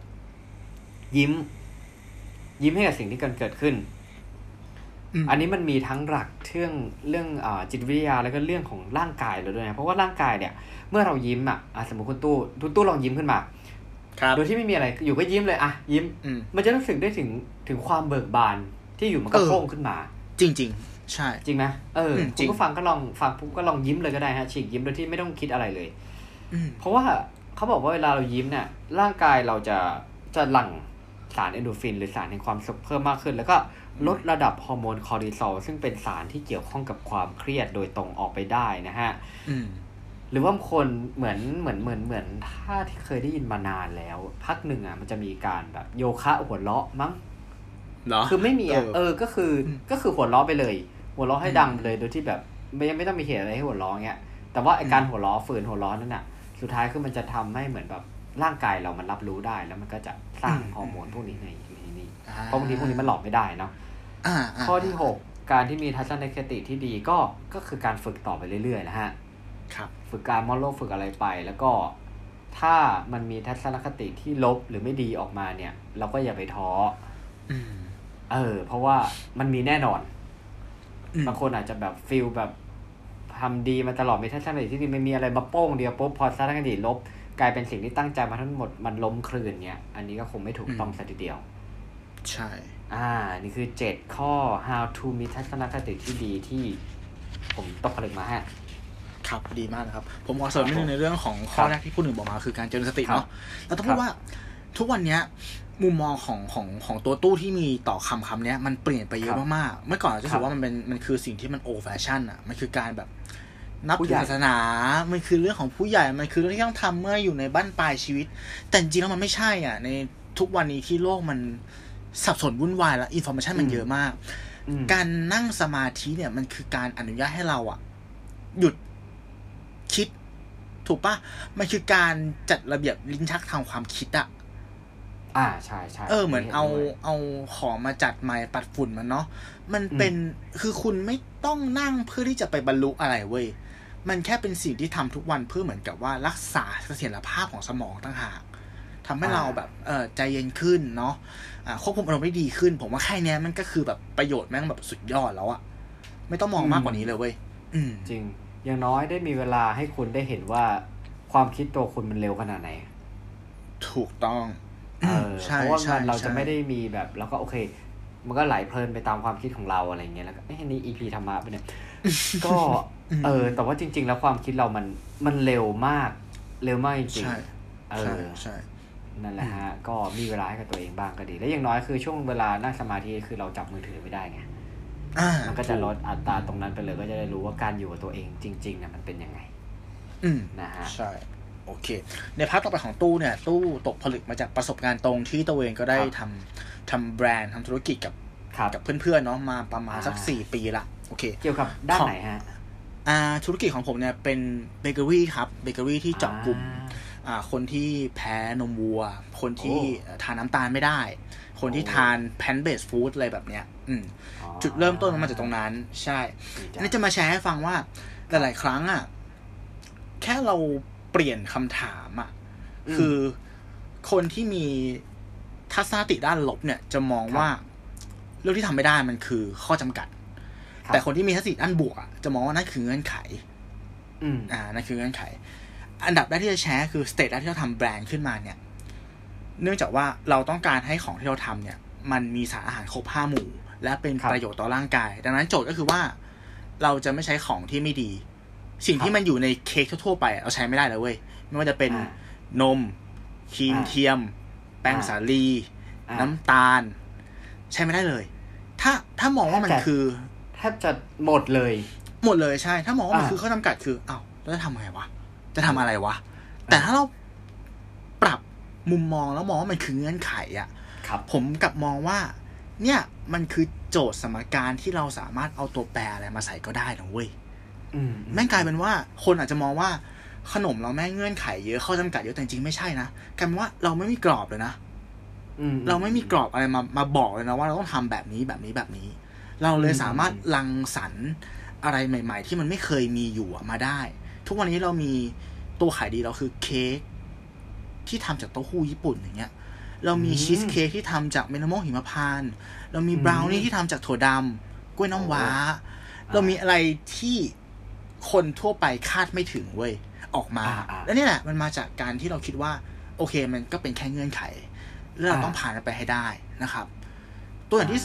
6ยิ้มให้กับสิ่งที่เกิดขึ้นอันนี้มันมีทั้งหลักเรื่องจิตวิทยาแล้วก็เรื่องของร่างกายเราด้วยนะเพราะว่าร่างกายเนี่ยเมื่อเรายิ้มสมมติคุณตู้ลองยิ้มขึ้นมาโดยที่ไม่มีอะไรอยู่ก็ยิ้มเลยยิ้มมันจะรู้สึกได้ถึงความเบิกบานที่อยู่มันก็โค้งขึ้นมาจริงๆใช่จริงไหมคุณผู้ฟังก็ลองฟังปุ๊บก็ลองยิ้มเลยก็ได้ฮะฉีกยิ้มโดยที่ไม่ต้องคิดอะไรเลยเพราะว่าเขาบอกว่าเวลาเรายิ้มเนี่ยร่างกายเราจะหลั่งสารเอนโดรฟินหรือสารแห่งความสุขเพิ่มมากขึ้นแล้วก็ลดระดับฮอร์โมนคอร์ติซอลซึ่งเป็นสารที่เกี่ยวข้องกับความเครียดโดยตรงออกไปได้นะฮะหรือว่าคนเหมือนถ้าที่เคยได้ยินมานานแล้วพักหนึ่งมันจะมีการแบบโยคะหัวเราะมั้งคือไม่มีก็คือหัวเราะไปเลยหัวเราะให้ดังเลยโดยที่แบบไม่ต้องมีเหตุอะไรให้หัวเราะเงี้ยแต่ว่าไอ้การหัวเราะฝืนหัวเราะนั่นน่ะสุดท้ายคือมันจะทำให้เหมือนแบบร่างกายเรามันรับรู้ได้แล้วมันก็จะสร้างฮอร์โมนพวกนี้ในนี่เพราะบางทีพวกนี้มันหลอกไม่ได้เนาะข้อที่6การที่มีทัศนคติที่ดีก็คือการฝึกต่อไปเรื่อยๆนะฮะฝึกการมองโลกฝึกอะไรไปแล้วก็ถ้ามันมีทัศนคติที่ลบหรือไม่ดีออกมาเนี่ยเราก็อย่าไปท้อเพราะว่ามันมีแน่นอนบางคนอาจจะแบบฟีลแบบทำดีมาตลอดมีทัศนคติที่ดีไม่มีอะไรมาโป้งเดียวปุ๊บพอทัศนคติลบกลายเป็นสิ่งที่ตั้งใจมาทั้งหมดมันล้มคลืนเงี้ยอันนี้ก็คงไม่ถูกต้องซะทีเดียวใช่นี่คือ7ข้อ how to มีทัศนคติที่ดีที่ผมตกผลึกมาฮะครับดีมากนะครับผมขอเสริมนิดนึงในเรื่องของข้อแรกที่ผู้หนึ่งบอกมาคือการเจริญสติเนาะเราต้องพูดว่าทุกวันนี้มุมมองของตัวตู้ที่มีต่อคำนี้มันเปลี่ยนไปเยอะมากๆเมื่อก่อนเราจะรู้สึกว่ามันคือสิ่งที่มันโอแฟชั่นมันคือการแบบนับถือศาสนามันคือเรื่องของผู้ใหญ่มันคือเรื่องที่ต้องทำเมื่ออยู่ในบั้นปลายชีวิตแต่จริงๆแล้วมันไม่ใช่ในทุกวันนี้ที่โลกมันสับสนวุ่นวายแล้วอินฟอร์เมชันมันเยอะมากการนั่งสมาธิเนี่ยมันคือการอนุญาตให้เราหยุดคิดถูกปะมันคือการจัดระเบียบลิ้นชักทางความคิดใช่เหมือนเอาของมาจัดใหม่ปัดฝุ่นมันเนาะมันเป็นคือคุณไม่ต้องนั่งเพื่อที่จะไปบรรลุอะไรเว้ยมันแค่เป็นสิ่งที่ทำทุกวันเพื่อเหมือนกับว่ารักษาเสถียรภาพของสมองต่างหากทำให้เราแบบใจเย็นขึ้นเนาะควบคุมอารมณ์ได้ดีขึ้นผมว่าแค่นี้มันก็คือแบบประโยชน์แม่งแบบสุดยอดแล้วไม่ต้องมองมากกว่านี้เลยเว้ยจริงอย่างน้อยได้มีเวลาให้คุณได้เห็นว่าความคิดตัวคุณมันเร็วขนาดไหนถูกต้องเพราะว่าเราจะไม่ได้มีแบบแล้วก็โอเคมันก็ไหลเพลินไปตามความคิดของเราอะไรเงี้ยแล้วก็นี่ EP ธรรมะไปเนี่ยก็แต่ว่าจริงๆแล้วความคิดเรามันเร็วมากจริงใช่นั่นแหละฮะก็มีเวลาให้กับตัวเองบ้างก็ดีและอย่างน้อยคือช่วงเวลานั่งสมาธิคือเราจับมือถือไม่ได้ไงมันก็จะลดอัตราตรงนั้นไปเลยก็จะได้รู้ว่าการอยู่กับตัวเองจริงๆเนี่ยมันเป็นยังไงนะฮะใช่โอเคในพาร์ทต่อไปของตู้เนี่ยตู้ตกผลึกมาจากประสบการณ์ตรงที่ตัวเองก็ได้ทำแบรนด์ทำธุรกิจกับกับเพื่อนๆเนาะมาประมาณสัก4 ปีละโอเคเกี่ยวกับด้านไหนฮะธุรกิจของผมเนี่ยเป็นเบเกอรี่ครับเบเกอรี่ที่เจาะกลุ่มคนที่แพ้นมวัวคนที่ทานน้ำตาลไม่ได้คนที่ทานแพลนท์เบสฟู้ดอะไรแบบเนี้ยจุดเริ่มต้นมันมาจากตรงนั้นใช่นี่จะมาแชร์ให้ฟังว่าหลายๆครั้งอ่ะแค่เราเปลี่ยนคำถามอ่ะคือคนที่มีทัศนคติด้านลบเนี่ยจะมองว่าเรื่องที่ทำไม่ได้มันคือข้อจำกัดแต่คนที่มีทัศนคติด้านบวกจะมองว่านั่นคือเงื่อนไขนั่นคือเงื่อนไขอันดับแรกที่จะแชร์คือสเตจแรกที่เราทำแบรนด์ขึ้นมาเนี่ยเนื่องจากว่าเราต้องการให้ของที่เราทำเนี่ยมันมีสารอาหารครบ5 หมู่และเป็นประโยชน์ต่อร่างกายดังนั้นโจทย์ก็คือว่าเราจะไม่ใช้ของที่ไม่ดีสิ่งที่มันอยู่ในเค้กทั่วไปเราใช้ไม่ได้เลยเว้ยไม่ว่าจะเป็นนมครีมเทียมแป้งสาลีน้ำตาลใช้ไม่ได้เลยถ้ามองว่ามันคือแทบจะหมดเลยใช่ถ้ามองว่ามันคือข้อจำกัดคืออ้าวแล้วจะทำไงวะจะทำอะไรวะแต่ถ้าเราปรับมุมมองแล้วมองว่ามันคือเงื่อนไขอ่ะผมกลับมองว่าเนี่ยมันคือโจทย์สมการที่เราสามารถเอาตัวแปรอะไรมาใส่ก็ได้นะเว้ยแม่งกลายเป็นว่าคนอาจจะมองว่าขนมเราแม่งเงื่อนไขเยอะข้อจำกัดเยอะแต่จริงไม่ใช่นะกลายเป็นว่าเราไม่มีกรอบเลยนะเราไม่มีกรอบอะไรมาบอกเลยนะว่าเราต้องทำแบบนี้เราเลยสามารถรังสรรค์อะไรใหม่ๆที่มันไม่เคยมีอยู่มาได้ทุกวันนี้เรามีตัวขายดีเราคือเค้กที่ทำจากเต้าหู้ญี่ปุ่นอย่างเงี้ยเรามีชีสเค้กที่ทำจากเมลอนหิมพานต์เรามีบราวนี่ที่ทำจากถั่วดำกล้วยน้ำว้าเรามีอะไรที่คนทั่วไปคาดไม่ถึงเว้ยออกมาแล้วนี่แหละมันมาจากการที่เราคิดว่าโอเคมันก็เป็นแค่เงื่อนไขแล้วเราต้องผ่านมันไปให้ได้นะครับตัวอย่างที่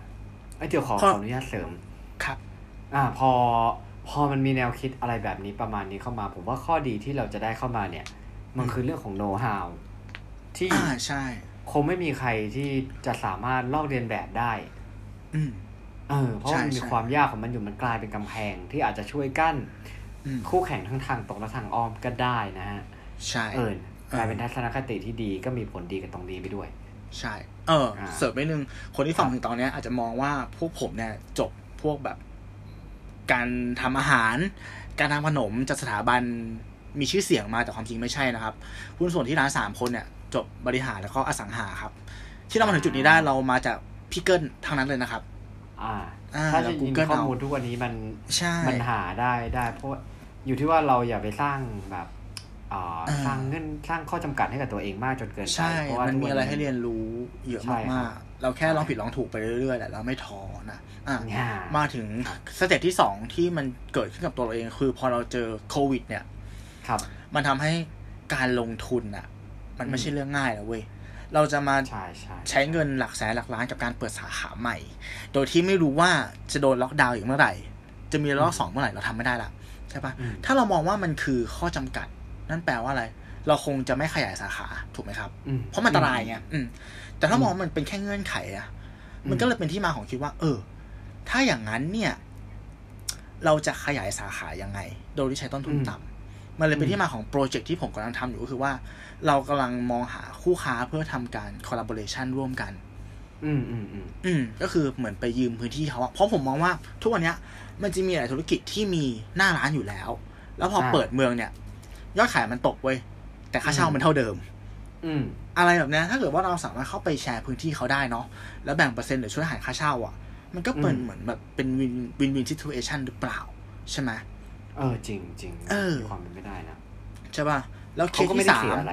2 เดี๋ยวขออนุญาตเสริมครับพอมันมีแนวคิดอะไรแบบนี้ประมาณนี้เข้ามาผมว่าข้อดีที่เราจะได้เข้ามาเนี่ยมันคือเรื่องของโน้ตฮาวที่ใช่คงไม่มีใครที่จะสามารถลอกเลียนแบบได้เพราะมันมีความยากของมันอยู่มันกลายเป็นกำแพงที่อาจจะช่วยกั้นคู่แข่งทั้งทางตรงและทางอ้อมก็ได้นะฮะใช่กลายเป็นทัศนคติที่ดีก็มีผลดีกับตรงนี้ไปด้วยใช่เสริมไปนึงคนที่ฟังถึงตอนนี้อาจจะมองว่าพวกผมเนี่ยจบพวกแบบการทำอาหารการทำขนมจากสถาบันมีชื่อเสียงมาแต่ความจริงไม่ใช่นะครับหุ้นส่วนที่ร้าน3 คนเนี่ยจบบริหารแล้วก็อสังหาครับที่เรามาถึงจุดนี้ได้เรามาจากพี่เกิ้ลทางนั้นเลยนะครับถ้าจะยินข้อมูลทุกวันนี้มันหาได้เพราะอยู่ที่ว่าเราอย่าไปสร้างแบบสร้างข้อจำกัดให้กับตัวเองมากจนเกินไปเพราะว่ามันมีอะไรให้เรียนรู้เยอะมากๆเราแค่ลองผิดลองถูกไปเรื่อยๆแหละเราไม่ท้อนะมาถึงสเต็ปที่2ที่มันเกิดขึ้นกับตัวเราเองคือพอเราเจอโควิดเนี่ยมันทำให้การลงทุนอ่ะมันไม่ใช่เรื่องง่ายแล้วเว้ยเราจะมาใช้เงินหลักแสนหลักล้านกับการเปิดสาขาใหม่โดยที่ไม่รู้ว่าจะโดนล็อกดาวน์อีกเมื่อไหร่จะมีรอบ2เมื่อไหร่เราทำไม่ได้ละใช่ปะถ้าเรามองว่ามันคือข้อจำกัดนั่นแปลว่าอะไรเราคงจะไม่ขยายสาขาถูกไหมครับเพราะมันอันตรายไงแต่ถ้ามองมันเป็นแค่เงื่อนไขอะมันก็เลยเป็นที่มาของคิดว่าถ้าอย่างนั้นเนี่ยเราจะขยายสาขายังไงโดยที่ใช้ต้นทุนต่ำมันเลยเป็นที่มาของโปรเจกต์ที่ผมกำลังทำอยู่ก็คือว่าเรากำลังมองหาคู่ค้าเพื่อทำการ collaboration ร่วมกันก็คือเหมือนไปยืมพื้นที่เขาเพราะผมมองว่าทุกวันนี้มันจะมีหลายธุรกิจที่มีหน้าร้านอยู่แล้วแล้วพอเปิดเมืองเนี่ยยอดขายมันตกเว้ยแต่ค่าเช่ามันเท่าเดิมอะไรแบบนี้ถ้าเกิดว่าเราสามารถเข้าไปแชร์พื้นที่เขาได้เนาะแล้วแบ่งเปอร์เซ็นต์หรือช่วยหารค่าเช่าอ่ะมันก็เป็นเหมือนแบบเป็นวินซิทูเอชั่นหรือเปล่าใช่ไหมจริงจริงมีความเป็นไม่ได้นะใช่ป่ะแล้วเคสที่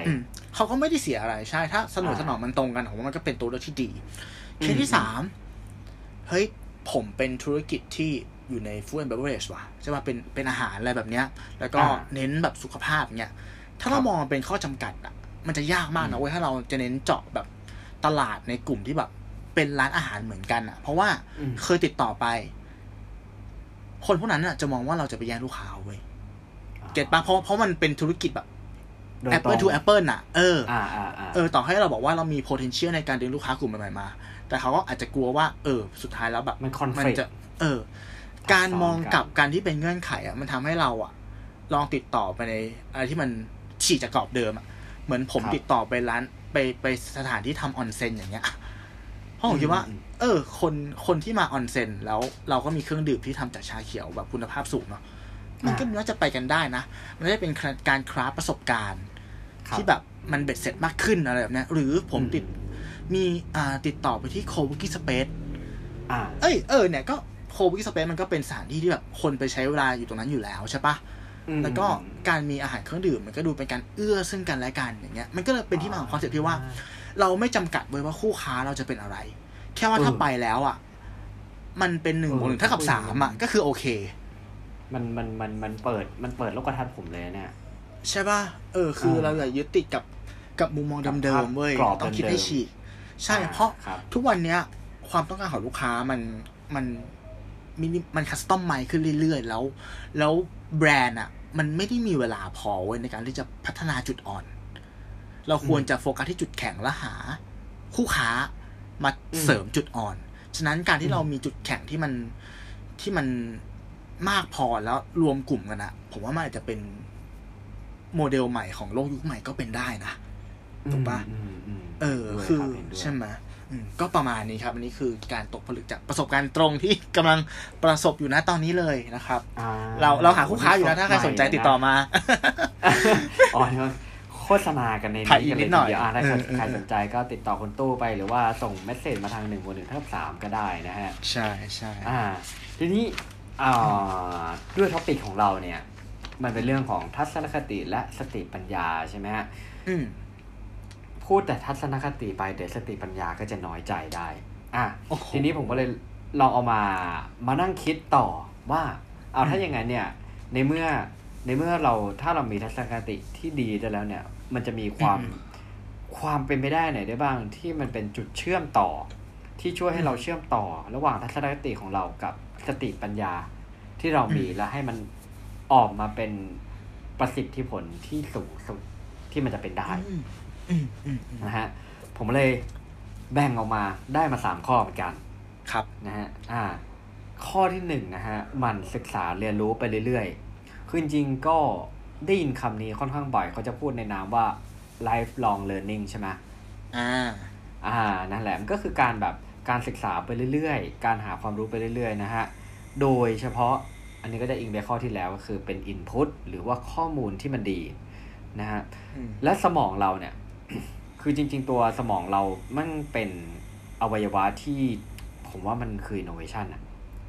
3เขาก็ไม่ได้เสียอะไรใช่ถ้าสนุนสนองมันตรงกันผมว่ามันก็เป็นตัวเลือกที่ดีเคสที่3เฮ้ยผมเป็นธุรกิจที่อยู่ใน food and beverage ว่ะใช่ป่ะเป็นอาหารอะไรแบบเนี้ยแล้วก็เน้นแบบสุขภาพเงี้ยถ้าเรามองเป็นข้อจำกัดอ่ะมันจะยากมากนะเว้ยถ้าเราจะเน้นเจาะแบบตลาดในกลุ่มที่แบบเป็นร้านอาหารเหมือนกันอ่ะเพราะว่าเคยติดต่อไปคนพวกนั้นอ่ะจะมองว่าเราจะไปแย่งลูกค้าเว้ยเก็ตป่ะเพราะมันเป็นธุรกิจแบบ Apple to Apple น่ะต่อให้เราบอกว่าเรามี potential ในการดึงลูกค้ากลุ่มใหม่ๆมาแต่เขาก็อาจจะกลัวว่าสุดท้ายแล้วแบบมันจะการมองกับการที่เป็นเงื่อนไขอ่ะมันทำให้เราอ่ะลองติดต่อไปในอะไรที่มันฉีกจากกรอบเดิมอ่ะเหมือนผมติดต่อไปร้านไปสถานที่ทำออนเซ็นอย่างเงี้ยพราะผมคิดว่าคนที่มาออนเซ็นแล้วเราก็มีเครื่องดื่มที่ทำจากชาเขียวแบบคุณภาพสูงเนาะมันก็น่าจะไปกันได้นะมันได้เป็นการคราฟประสบการณ์ที่แบบมันเบ็ดเสร็จมากขึ้นอะไรแบบนี้หรือผมติดต่อไปที่ Co-working Space เนี่ยก็Co-working Space มันก็เป็นสถานที่ที่แบบคนไปใช้เวลาอยู่ตรงนั้นอยู่แล้วใช่ปะแล้วก็การมีอาหารเครื่องดื่มมันก็ดูเป็นการเอื้อซึ่งกันและกันอย่างเงี้ยมันก็เลยเป็นที่มาของคอนเซ็ปต์ที่ว่าเราไม่จำกัดเลยว่าคู่ค้าเราจะเป็นอะไรแค่ว่าถ้าไปแล้วอ่ะมันเป็น1 บวก 1เท่ากับ3อ่ะก็คือโอเคมันเปิดโลกทัศน์ผมเลยเนี่ยใช่ป่ะคือเราอย่ายึดติดกับมุมมองเดิมๆเว้ยต้องคิดให้ฉีกใช่เพราะทุกวันเนี้ยความต้องการของลูกค้ามันคัสตอมไมซ์ขึ้นเรื่อยๆแล้วแบรนด์อ่ะมันไม่ได้มีเวลาพอเว้ยในการที่จะพัฒนาจุดอ่อนเราควรจะโฟกัสที่จุดแข็งและหาคู่ค้ามาเสริมจุดอ่อนฉะนั้นการที่เรามีจุดแข็งที่มันมากพอแล้วรวมกลุ่มกันอะผมว่ามันอาจจะเป็นโมเดลใหม่ของโลกยุคใหม่ก็เป็นได้นะถูกปะคือใช่ไหมก็ประมาณนี้ครับอันนี้คือการตกผลึกจากประสบการณ์ตรงที่กำลังประสบอยู่นะตอนนี้เลยนะครับเราหาคู่ค้าอยู่นะถ้าใครสนใจติดต่อมาโฆษณากันในนี้กันเลยทีเดียวถ้าใครสนใจก็ติดต่อคุณตู้ไปหรือว่าส่งเมสเสจมาทาง1 บวก 1 เท่ากับ 3ก็ได้นะฮะใช่ใช่ทีนี้ด้วยท็อปิกของเราเนี่ยมันเป็นเรื่องของทัศนคติและสติปัญญาใช่ไหมฮะพูดแต่ทัศนคติไปเดี๋ยวสติปัญญาก็จะน้อยใจได้ทีนี้ผมก็เลยลองเอามานั่งคิดต่อว่าถ้าอย่างนั้นเนี่ยในเมื่อถ้าเรามีทัศนคติที่ดีได้แล้วเนี่ยมันจะมีความเป็นไปได้ไหนได้บ้างที่มันเป็นจุดเชื่อมต่อที่ช่วยให้เราเชื่อมต่อระหว่างทัศนคติของเรากับสติปัญญาที่เรามีแล้วให้มันออกมาเป็นประสิทธิผลที่สูงสุดที่มันจะเป็นได้นะฮะผมเลยแบ่งออกมาได้มา3ข้อเหมือนกันครับนะฮะข้อที่1นะฮะมันศึกษาเรียนรู้ไปเรื่อยๆคือจริงๆก็ได้ยินคำนี้ค่อนข้างบ่อยเขาจะพูดในนามว่า lifelong learning ใช่ไหมนั่นแหละมันก็คือการศึกษาไปเรื่อยๆการหาความรู้ไปเรื่อยๆนะฮะโดยเฉพาะอันนี้ก็จะอิงไปข้อที่แล้วก็คือเป็น input หรือว่าข้อมูลที่มันดีนะฮะและสมองเราเนี่ย คือจริงๆตัวสมองเรามันเป็นอวัยวะที่ผมว่ามันคือ innovation อ่ะ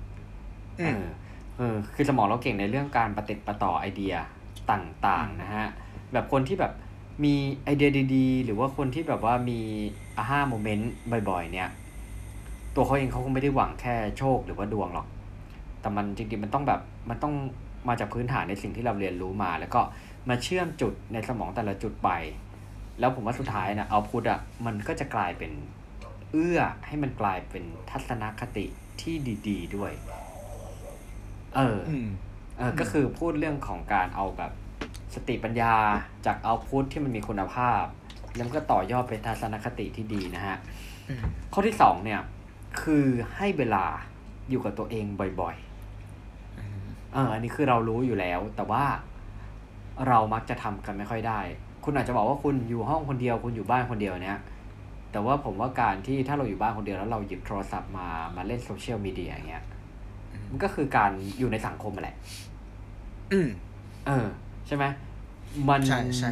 คือสมองเราเก่งในเรื่องการประติดประต่อไอเดียต่างๆนะฮะแบบคนที่แบบมีไอเดียดีๆหรือว่าคนที่แบบว่ามีaha moment บ่อยๆเนี่ยตัวเขาเองเขาคงไม่ได้หวังแค่โชคหรือว่าดวงหรอกแต่มันจริงๆมันต้องมาจากพื้นฐานในสิ่งที่เราเรียนรู้มาแล้วก็มาเชื่อมจุดในสมองแต่ละจุดไปแล้วผมว่าสุดท้ายนะเอาพุทอ่ะมันก็จะกลายเป็นเอื้อให้มันกลายเป็นทัศนคติที่ดีๆด้วยก็คือพูดเรื่องของการเอาแบบสติปัญญาจากเอาพุทที่มันมีคุณภาพแล้วก็ต่อยอดเป็นทัศนคติที่ดีนะฮะข้อที่2เนี่ยคือให้เวลาอยู่กับตัวเองบ่อยๆอันนี้คือเรารู้อยู่แล้วแต่ว่าเรามักจะทำกันไม่ค่อยได้คุณอาจจะบอกว่าคุณอยู่ห้องคนเดียวคุณอยู่บ้านคนเดียวเนี่ยแต่ว่าผมว่าการที่ถ้าเราอยู่บ้านคนเดียวแล้วเราหยิบโทรศัพท์มาเล่นโซเชียลมีเดียอย่างเงี้ยมันก็คือการอยู่ในสังคมแหละใช่ไหมมันใช่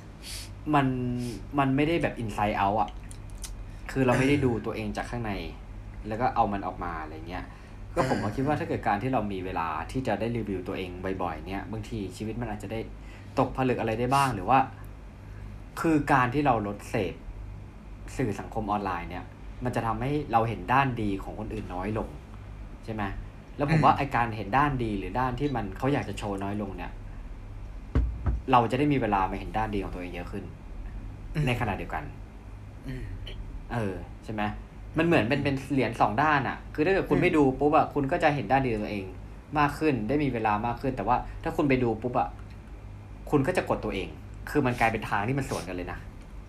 มันไม่ได้แบบ inside out อ่ะคือเราไม่ได้ดูตัวเองจากข้างในแล้วก็เอามันออกมาอะไรเงี้ยก็ผมก็คิดว่าถ้าเกิดการที่เรามีเวลาที่จะได้รีวิวตัวเองบ่อยๆเนี่ยบางทีชีวิตมันอาจจะได้ตกผลึกอะไรได้บ้างหรือว่าคือการที่เราลดเสพสื่อสังคมออนไลน์เนี่ยมันจะทำให้เราเห็นด้านดีของคนอื่นน้อยลงใช่ไหมแล้วผมว่าไอการเห็นด้านดีหรือด้านที่มันเขาอยากจะโชว์น้อยลงเนี่ยเราจะได้มีเวลามาเห็นด้านดีของตัวเองเยอะขึ้นในขณะเดียวกันใช่ไหมมันเหมือนเป็นเหรียญ2ด้านอ่ะคือถ้าเกิดคุณไม่ดูปุ๊บอ่ะคุณก็จะเห็นด้านดีของตัวเองมากขึ้นได้มีเวลามากขึ้นแต่ว่าถ้าคุณไปดูปุ๊บอ่ะคุณก็จะกดตัวเองคือมันกลายเป็นทางที่มันสวนกันเลยนะ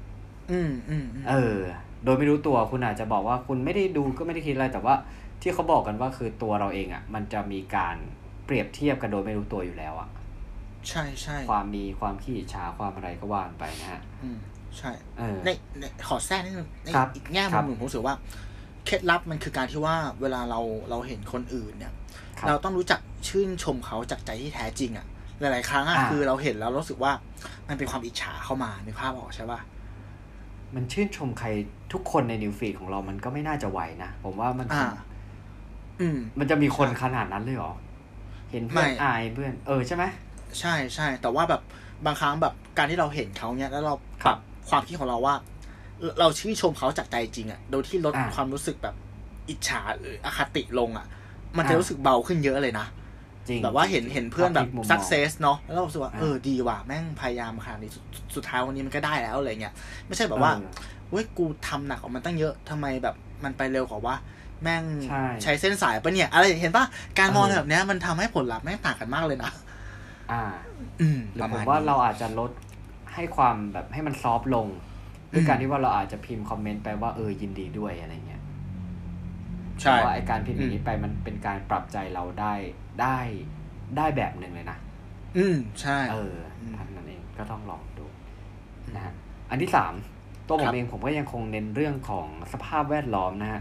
โดยไม่รู้ตัวคุณอาจจะบอกว่าคุณไม่ได้ดูก็ไม่ได้คิดอะไรแต่ว่าที่เขาบอกกันว่าคือตัวเราเองอ่ะมันจะมีการเปรียบเทียบกันโดยไม่รู้ตัวอยู่แล้วอ่ะใช่ใช่ความขี้อิจฉาความอะไรก็ว่าไปนะฮะใช่ในขอแทรกนิดนึงในอีกแง่มุมหนึ่งผมรู้สึกว่าเคล็ดลับมันคือการที่ว่าเวลาเราเห็นคนอื่นเนี่ยเราต้องรู้จักชื่นชมเขาจากใจที่แท้จริงอ่ะหลายๆครั้งอ่ะคือเราเห็นแล้วรู้สึกว่ามันเป็นความอิจฉาเข้ามาในภาพออกใช่ป่ะมันชื่นชมใครทุกคนในนิวฟีดของเรามันก็ไม่น่าจะไหวนะผมว่ามันมันจะมีคนขนาดนั้นเลยเหรอเห็นเพื่อนอายเพื่อนใช่ไหมใช่ใช่แต่ว่าแบบบางครั้งแบบการที่เราเห็นเขาเนี่ยแล้วเราปรับความคิดของเราว่าเราชื่นชมเขาจากใจจริงอ่ะโดยที่ลดความรู้สึกแบบอิจฉาหรืออคติลงอ่ะมันจะรู้สึกเบาขึ้นเยอะเลยนะแบบว่าเห็นเพื่อนแบบซักเซสเนาะแล้วเรารู้สึกว่าดีว่ะแม่งพยายามขนาดนี้สุดท้ายวันนี้มันก็ได้แล้วอะไรเงี้ยไม่ใช่แบบว่าเว้ยกูทำหนักออกมันตั้งเยอะทำไมแบบมันไปเร็วกว่าว่าแม่งใช้เส้นสายปะเนี่ยอะไรเห็นปะการมองแบบนี้มันทำให้ผลลัพธ์แม่งต่างกันมากเลยนะหรือผมว่าเราอาจจะลดให้ความแบบให้มันซอฟลงด้วยการที่ว่าเราอาจจะพิมพ์คอมเมนต์ไปว่ายินดีด้วยอะไรเงี้ยใช่ว่าไอการพิมพ์อย่างนี้ไปมันเป็นการปรับใจเราได้แบบหนึ่งเลยนะใช่ท่านนั้นเองก็ต้องลองดูนะฮะอันที่3ตัวผมเองผมก็ยังคงเน้นเรื่องของสภาพแวดล้อมนะฮะ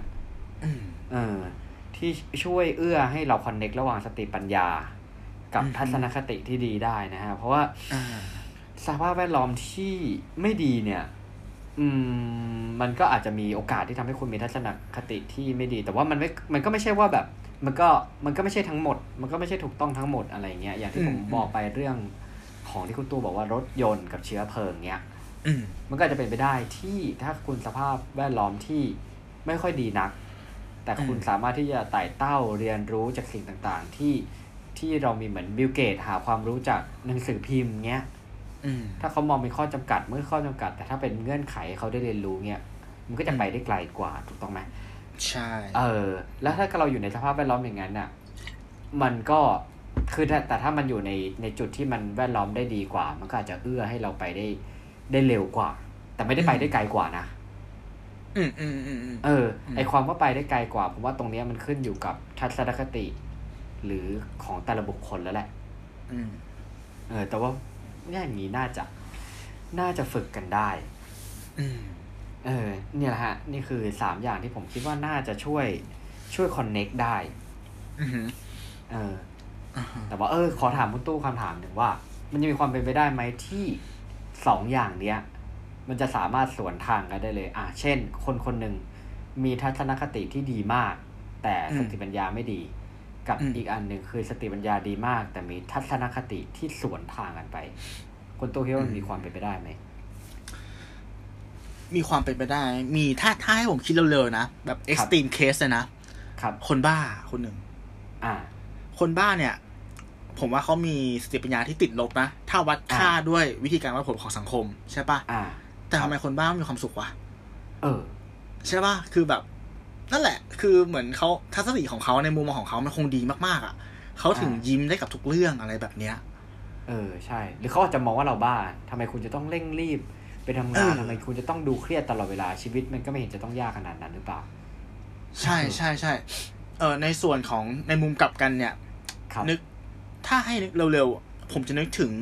ที่ช่วยเอื้อให้เราคอนเนคระหว่างสติปัญญากับทัศนคติที่ดีได้นะฮะเพราะว่าสภาพแวดล้อมที่ไม่ดีเนี่ยมันก็อาจจะมีโอกาสที่ทำให้คุณมีทัศนคติที่ไม่ดีแต่ว่ามันก็ไม่ใช่ว่าแบบมันก็ไม่ใช่ทั้งหมดมันก็ไม่ใช่ถูกต้องทั้งหมดอะไรเงี้ยอย่างที่ผมบอกไปเรื่องของที่คุณตู้บอกว่ารถยนต์กับเชื้อเพลิงเนี้ยมันก็จะเป็นไปได้ที่ถ้าคุณสภาพแวดล้อมที่ไม่ค่อยดีนักแต่คุณสามารถที่จะไต่เต้าเรียนรู้จากสิ่งต่างๆที่เรามีเหมือนบิลเกตหาความรู้จากหนังสือพิมพ์เงี้ยถ้าเขามองเป็นข้อจำกัดเมื่อข้อจำกัดแต่ถ้าเป็นเงื่อนไขเขาได้เรียนรู้เงี้ยมันก็จะไปได้ไกลกว่าถูกต้องไหมใช่แล้วถ้าเราอยู่ในสภาพแวดล้อมอย่างนั้นน่ะมันก็คือแต่ถ้ามันอยู่ในจุดที่มันแวดล้อมได้ดีกว่ามันก็อาจจะเอื้อให้เราไปได้เร็วกว่าแต่ไม่ได้ไปได้ไกลกว่านะไอความว่าไปได้ไกลกว่าผมว่าตรงนี้มันขึ้นอยู่กับทัศนคติหรือของแต่ละบุคคลแล้วแหละแต่ว่าอย่างนี้น่าจะฝึกกันได้เนี่ยแหละฮะนี่คือ3อย่างที่ผมคิดว่าน่าจะช่วยคอนเนคได้แต่ว่าขอถามคุณตู้คำถามหนึ่งว่ามันจะมีความเป็นไปได้ไหมที่2อย่างเนี้ยมันจะสามารถสวนทางกันได้เลยเช่นคนหนึ่งมีทัศนคติที่ดีมากแต่สติปัญญาไม่ดีกับอีกอันหนึ่งคือสติปัญญาดีมากแต่มีทัศนคติที่สวนทางกันไปคุณตู้คิดว่ามันมีความเป็นไปได้ไหมมีความเป็นไปได้มีถ้าให้ผมคิดเร็วๆนะแบบ extreme case เลยนะครับคนบ้าคนหนึ่งคนบ้าเนี่ยผมว่าเขามีสติปัญญาที่ติดลบนะถ้าวัดค่าด้วยวิธีการวัดผลของสังคมใช่ป่ะแต่ทำไมคนบ้ามีความสุขวะใช่ป่ะคือแบบนั่นแหละคือเหมือนเขาทัศนคติของเขาในมุมมองของเขามันคงดีมากๆเขาถึงยิ้มได้กับทุกเรื่องอะไรแบบเนี้ยใช่หรือเขาอาจจะมองว่าเราบ้าทำไมคุณจะต้องเร่งรีบไปทำงานทำไมคุณจะต้องดูเครียดตลอดเวลาชีวิตมันก็ไม่เห็นจะต้องยากขนาดนั้นหรือเปล่าใช่ใช่ใช่ในส่วนของในมุมกลับกันเนี่ยนึกถ้าให้นึกเร็วๆผมจะนึกถึง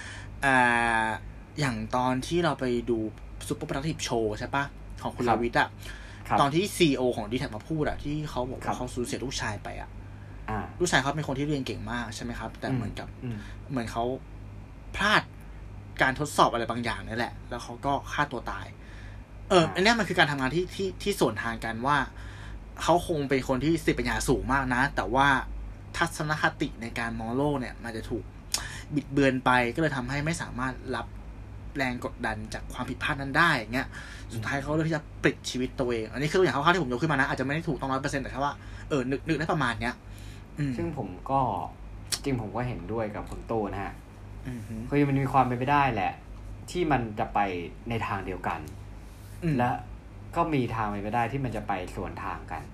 อย่างตอนที่เราไปดูซุปเปอร์โปรดักทีฟโชว์ใช่ปะของคุณลาวิทตอนที่ CEO ของ D-Tech มาพูดที่เขาบอกว่าเขาสูญเสียลูกชายไปลูกชายเขาเป็นคนที่เรียนเก่งมากใช่ไหมครับแต่เหมือนเขาพลาดการทดสอบอะไรบางอย่างนี่แหละแล้วเขาก็ฆ่าตัวตายอันนี้มันคือการทำงานที่ส่วนทางกันว่าเขาคงเป็นคนที่สติปัญญาสูงมากนะแต่ว่าทัศนคติในการมองโลกเนี่ยมันจะถูกบิดเบือนไปก็เลยทำให้ไม่สามารถรับแรงกดดันจากความผิดพลาดนั้นได้เงี้ยสุดท้ายเขาเลือกที่จะปลิดชีวิตตัวเองอันนี้คือตัวอย่างคร่าวๆที่ผมยกขึ้นมานะอาจจะไม่ได้ถูกต้อง 100% แต่แค่ว่านึกได้ประมาณเนี้ยซึ่งผมก็จริงผมก็เห็นด้วยกับคุณโตนะฮะคือมันมีความเป็นไปได้แหละที่มันจะไปในทางเดียวกันและก็มีทางเป็นไปได้ที่มันจะไปสวนทางกัน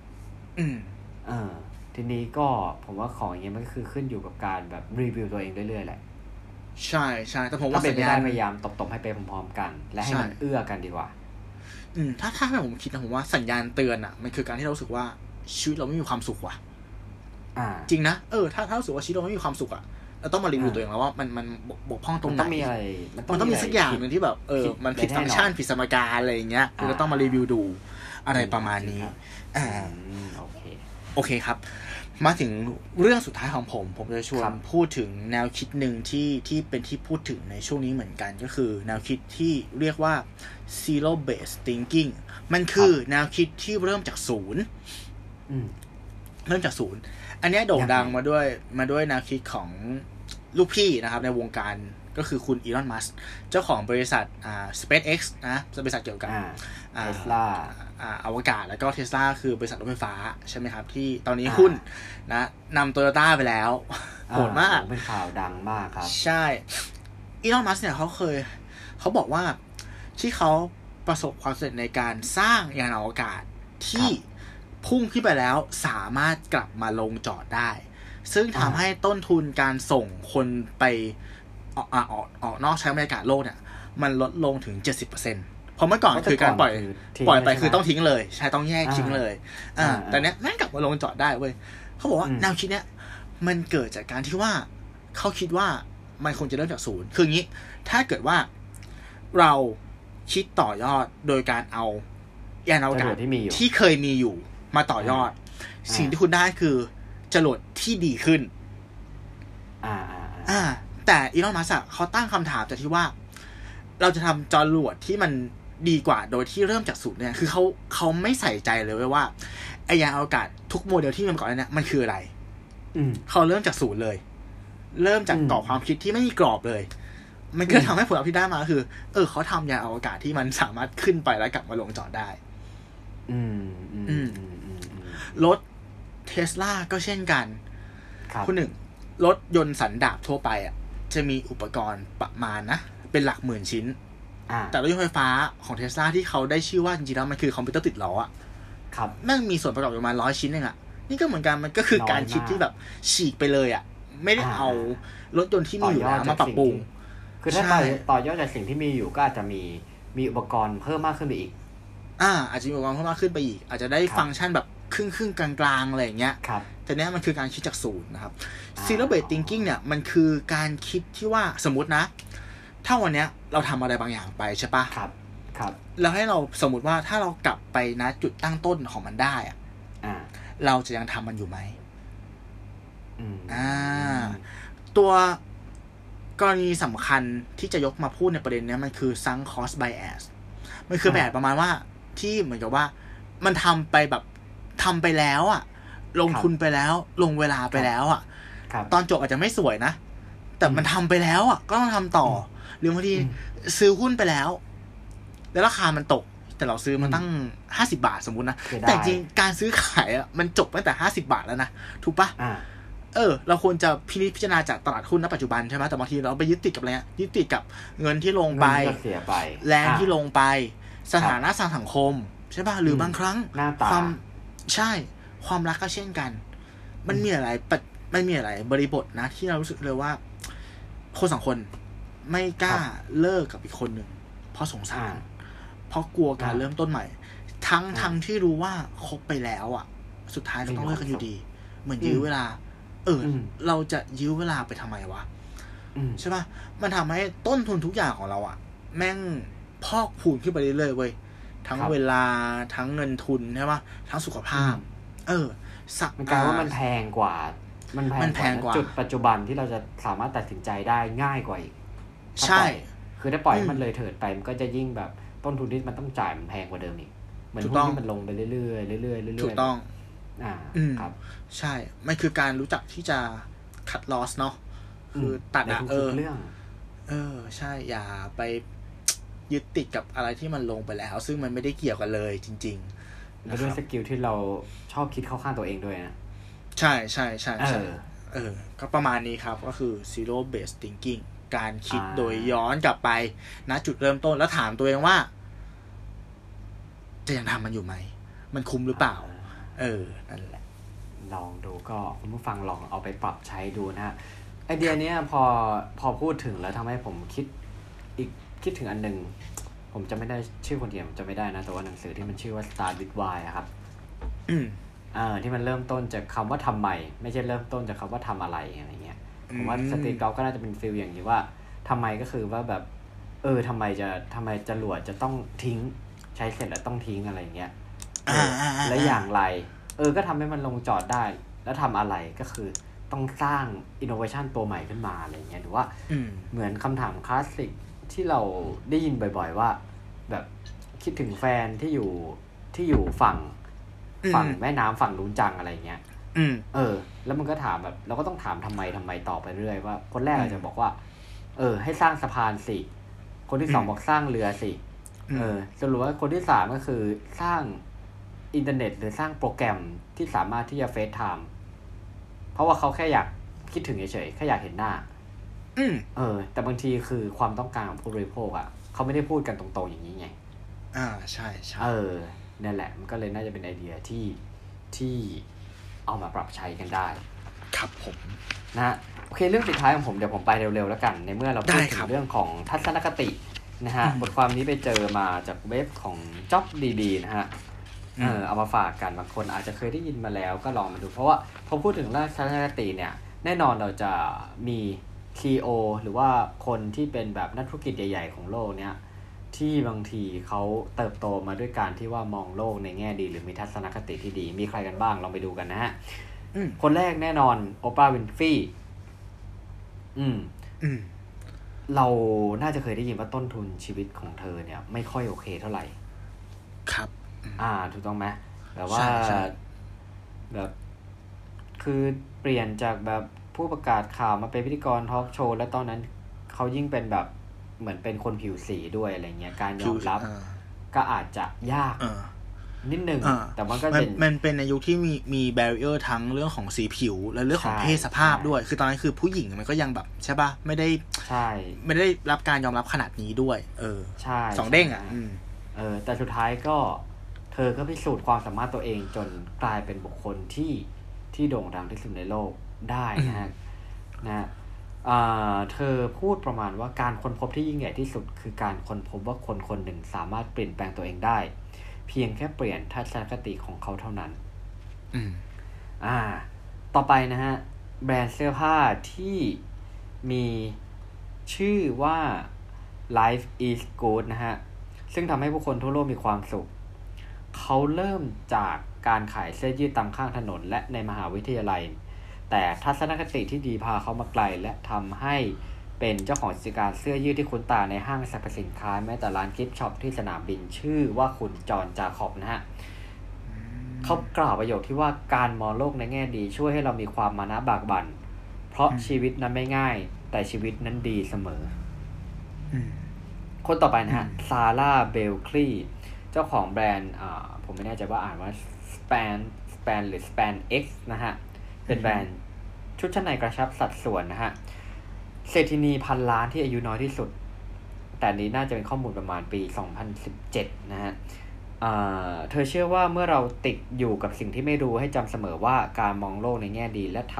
ทีนี้ก็ผมว่าของอย่างเงี้ยมันก็คือขึ้นอยู่กับการแบบรีวิวตัวเองเรื่อยๆแหละใช่ใช่แต่ผมว่าเป็นไปได้พยายามตบๆให้ไปพร้อมๆกันและให้มันเอื้อกันดีกว่าถ้าผมคิดนะผมว่าสัญญาณเตือนมันคือการที่เรารู้สึกว่าชีวิตเราไม่มีความสุขว่ะจริงนะถ้ารู้สึกว่าชีวิตเราไม่มีความสุขเราต้องมารีวิวตัวเองแล้วว่ามันบกพร่องตรงไหนมันต้องมีสักอย่างนึงที่แบบมันผิดฟังก์ชันผิดสมการอะไรอย่างเงี้ยเราต้องมารีวิวดูอะไรประมาณนี้โอเคโอเคครับมาถึงเรื่องสุดท้ายของผมจะชวนพูดถึงแนวคิดหนึ่งที่เป็นที่พูดถึงในช่วงนี้เหมือนกันก็คือแนวคิดที่เรียกว่า zero based thinking มันคือแนวคิดที่เริ่มจากศูนย์เริ่มจากศูนย์อันนี้โด่งดังมาด้วยแนวคิดของลูกพี่นะครับในวงการก็คือคุณอีลอนมัสก์เจ้าของบริษัทSpaceX นะบริษัทเกี่ยวกับ Tesla อวกาศแล้วก็ Tesla คือบริษัทรถไฟฟ้าใช่ไหมครับที่ตอนนี้หุ้นนะนำ Toyota ไปแล้วโหดมากเป็นข่าวดังมากครับใช่อีลอนมัสก์เนี่ยเขาบอกว่าที่เขาประสบความสำเร็จในการสร้างยานอวกาศที่พุ่งขึ้นไปแล้วสามารถกลับมาลงจอดได้ซึ่งทำให้ต้นทุนการส่งคนไปออกนอกชั้นบรรยากาศโลกเนี่ยมันลดลงถึง 70%เพราะเมื่อก่อนคือการปล่อยไปคือต้องทิ้งเลยใช่ต้องแยกทิ้งเลยแต่เนี้ยแม่งกลับมาลงจอดได้เว้ยเขาบอกว่าแนวคิดเนี้ยมันเกิดจากการที่ว่าเขาคิดว่ามันคงจะเริ่มจากศูนย์คืออย่างนี้ถ้าเกิดว่าเราคิดต่อยอดโดยการเอายานอวกาศที่เคยมีอยู่มาต่อยอดสิ่งที่คุณได้คือจรวดที่ดีขึ้นแต่อีลอน มัสก์เขาตั้งคำถามจากที่ว่าเราจะทำจรวดที่มันดีกว่าโดยที่เริ่มจากศูนย์เนี่ยคือเขาไม่ใส่ใจเลยว่าไอ้ยานอวกาศทุกโมเดลที่มันก่อนเนี่ยมันคืออะไรเขาเริ่มจากศูนย์เลยเริ่มจากกรอบความคิดที่ไม่มีกรอบเลยมันก็ทำให้ผลลัพธ์ที่ได้มาคือเขาทำยานอวกาศที่มันสามารถขึ้นไปแล้วกลับมาลงจอดได้รถ Tesla ก็เช่นกันคุณหนึ่งรถยนต์สันดาปทั่วไปจะมีอุปกรณ์ประมาณนะเป็นหลักหมื่นชิ้นแต่รถยนต์ไฟฟ้าของ Tesla ที่เขาได้ชื่อว่าจริงๆแล้วมันคือคอมพิวเตอร์ติดล้อแม่งมีส่วนประกอบประมาณ100ชิ้นเองนี่ก็เหมือนกันมันก็คือการคิดที่แบบฉีกไปเลยไม่ได้เอารถยนต์ที่มีอยู่แล้วมาปรับปรุงคือถ้าต่อยอดจากสิ่งที่มีอยู่ก็อาจจะมีอุปกรณ์เพิ่มมากขึ้นไปอีกอาจจะมีอุปกรณ์เพิ่มมากขึ้นไปอีกอาจจะได้ฟังก์ชันแบบครึ่งกลางๆอะไรอย่างเงี้ยแต่เนี้ยมันคือการคิดจากศูนย์นะครับ zero based thinking เนี่ยมันคือการคิดที่ว่าสมมุตินะถ้าวันเนี้ยเราทำอะไรบางอย่างไปใช่ปะครับแล้วให้เราสมมุติว่าถ้าเรากลับไปณจุดตั้งต้นของมันได้เราจะยังทำมันอยู่ไหมตัวกรณีสำคัญที่จะยกมาพูดในประเด็นนี้มันคือ sunk cost bias มันคือแบบประมาณว่าที่เหมือนกับว่ามันทำไปแบบทำไปแล้วลงทุนไปแล้วลงเวลาไปแล้วตอนจบอาจจะไม่สวยนะแต่มันทำไปแล้วก็ต้องทำต่อหรือบางทีซื้อหุ้นไปแล้วราคามันตกแต่เราซื้อมาตั้ง50 บาทสมมุตินะแต่จริงการซื้อขายมันจบตั้งแต่50 บาทแล้วนะถูกปะเราควรจะพิจารณาจากตลาดหุ้นณปัจจุบันใช่ไหมแต่บางทีเราไปยึดติดกับอะไรยึดติดกับเงินที่ลงไปแรงที่ลงไปสถานะทางสังคมใช่ป่ะหรือบางครั้งความใช่ความรักก็เช่นกันมันมีอะไรบริบทนะที่เรารู้สึกเลยว่าคน2คนไม่กล้าเลิกกับอีกคนหนึ่งเพราะสงสารเพราะกลัวการเริ่มต้นใหม่ทั้งที่รู้ว่าคบไปแล้วสุดท้ายก็ต้องเลิกกันอยู่ดีเหมือนยื้อเวลาเราจะยื้อเวลาไปทำไมวะใช่ป่ะมันทำให้ต้นทุนทุกอย่างของเราแม่งพอกพูนขึ้นไปเรื่อยๆเว้ยทั้งเวลาทั้งเงินทุนใช่ป่ะทั้งสุขภาพมันกลายว่ามันแพงกว่าจุดปัจจุบันที่เราจะสามารถตัดสินใจได้ง่ายกว่าอีกใช่คือถ้าปล่อยให้มันเลยเถิดไปมันก็จะยิ่งแบบต้นทุนที่มันต้องจ่ายมันแพงกว่าเดิมอีกเหมือนหุ้นที่มันลงไปเรื่อยๆเรื่อยๆถูกต้องครับใช่มันคือการรู้จักที่จะคัดลอสเนาะคือตัดเรื่องใช่อย่าไปยึดติดกับอะไรที่มันลงไปแล้วซึ่งมันไม่ได้เกี่ยวกันเลยจริงๆแล้วด้วยสกิลที่เราชอบคิดเข้าข้างตัวเองด้วยนะใช่ก็ประมาณนี้ครับก็คือ zero based thinking การคิดโดยย้อนกลับไปณจุดเริ่มต้นแล้วถามตัวเองว่าจะยังทำมันอยู่ไหมมันคุ้มหรือเปล่านั่นแหละลองดูก็คุณผู้ฟังลองเอาไปปรับใช้ดูนะฮะไอเดียนี้พอพูดถึงแล้วทำให้ผมคิดถึงอันนึงผมจะไม่ได้ชื่อคนเขียนจะไม่ได้นะแต่ว่าหนังสือที่มันชื่อว่า Start with Why ครับที่มันเริ่มต้นจากคำว่าทำไมไม่ใช่เริ่มต้นจากคำว่าทำอะไรอะไรเงี้ยผมว่าสตีฟ จ็อบส์ก็น่าจะเป็นฟีลอย่างนี้ว่าทำไมก็คือว่าแบบทำไมจรวดจะต้องทิ้งใช้เสร็จแล้วต้องทิ้งอะไรเงี้ยและอย่างไรก็ทำให้มันลงจอดได้แล้วทำอะไรก็คือต้องสร้าง innovation ตัวใหม่ขึ้นมาอะไรเงี้ยหรือว่าเหมือนคำถามคลาสสิกที่เราได้ยินบ่อยๆว่าแบบคิดถึงแฟนที่อยู่ฝั่งแม่น้ำฝั่งนู้นจังอะไรเงี้ยแล้วมันก็ถามแบบเราก็ต้องถามทำไมต่อไปเรื่อยว่าคนแรกอาจจะบอกว่าให้สร้างสะพานสิคนที่สองบอกสร้างเรือสิสรุปว่าคนที่สามก็คือสร้างอินเทอร์เน็ตหรือสร้างโปรแกรมที่สามารถที่จะเฟซไทม์เพราะว่าเขาแค่อยากคิดถึงเฉยๆแค่อยากเห็นหน้าแต่บางทีคือความต้องการของผู้บริโภคอ่ะเขาไม่ได้พูดกันตรงๆอย่างนี้ไงใช่ใช่นั่นแหละมันก็เลยน่าจะเป็นไอเดียที่เอามาปรับใช้กันได้ครับผมนะโอเคเรื่องสุดท้ายของผมเดี๋ยวผมไปเร็วๆแล้วกันในเมื่อเราพูดถึงเรื่องของทัศนคตินะฮะบทความนี้ไปเจอมาจากเว็บของ Jobdb นะฮะเอามาฝากกันบางคนอาจจะเคยได้ยินมาแล้วก็ลองมาดูเพราะว่าพอพูดถึงเรื่องทัศนคติเนี่ยแน่นอนเราจะมี CEO หรือว่าคนที่เป็นแบบนักธุรกิจใหญ่ๆของโลกเนี้ยที่บางทีเขาเติบโตมาด้วยการที่ว่ามองโลกในแง่ดีหรือมีทัศนคติที่ดีมีใครกันบ้างลองไปดูกันนะฮะคนแรกแน่นอนโอปราห์ วินฟรีเราน่าจะเคยได้ยินว่าต้นทุนชีวิตของเธอเนี่ยไม่ค่อยโอเคเท่าไหร่ครับถูกต้องไหมแบบว่าแบบคือเปลี่ยนจากแบบผู้ประกาศข่าวมาเป็นพิธีกรทอล์กโชว์แล้วตอนนั้นเขายิ่งเป็นแบบเหมือนเป็นคนผิวสีด้วยอะไรเงี้ยการยอมรับก็อาจจะยากนิดนึงแต่มันก็เป็นในยุคที่มีแบรีเออร์ทั้งเรื่องของสีผิวและเรื่องของเพศสภาพด้วยคือตอนนั้นคือผู้หญิงมันก็ยังแบบใช่ป่ะไม่ได้รับการยอมรับขนาดนี้ด้วยใช่สองเด้งแต่สุดท้ายก็เธอก็พิสูจน์ความสามารถตัวเองจนกลายเป็นบุคคลที่โด่งดังที่สุดในโลกได้นะเธอพูดประมาณว่าการค้นพบที่ยิ่งใหญ่ที่สุดคือการค้นพบว่าคนคนหนึ่งสามารถเปลี่ยนแปลงตัวเองได้เพียงแค่เปลี่ยนทัศนคติของเขาเท่านั้นต่อไปนะฮะแบรนด์เสื้อผ้าที่มีชื่อว่า Life is Good นะฮะซึ่งทำให้ผู้คนทั่วโลกมีความสุขเขาเริ่มจากการขายเสื้อยืดตามข้างถนนและในมหาวิทยาลัยแต่ทัศนคติที่ดีพาเขามาไกลและทำให้เป็นเจ้าของกิจการเสื้อยืดที่คุ้นตาในห้างสรรพสินค้าแม้แต่ร้านกิฟต์ช็อปที่สนามบินชื่อว่าคุณจอห์นจาคอบนะฮะเขากล่าวประโยคที่ว่าการมองโลกในแง่ดีช่วยให้เรามีความมานะบากบั่นเพราะชีวิตนั้นไม่ง่ายแต่ชีวิตนั้นดีเสมอคนต่อไปนะฮะซาร่าเบลคลีเจ้าของแบรนด์ผมไม่แน่ใจว่าอ่านว่า Span หรือ Span X นะฮะเป็นแบรนด์ชุดชั้นในกระชับสัดส่วนนะฮะเศรษฐินีพันล้านที่อายุน้อยที่สุดแต่นี้น่าจะเป็นข้อมูลประมาณปี2017นะฮะเธอเชื่อว่าเมื่อเราติดอยู่กับสิ่งที่ไม่รู้ให้จำเสมอว่าการมองโลกในแง่ดีและ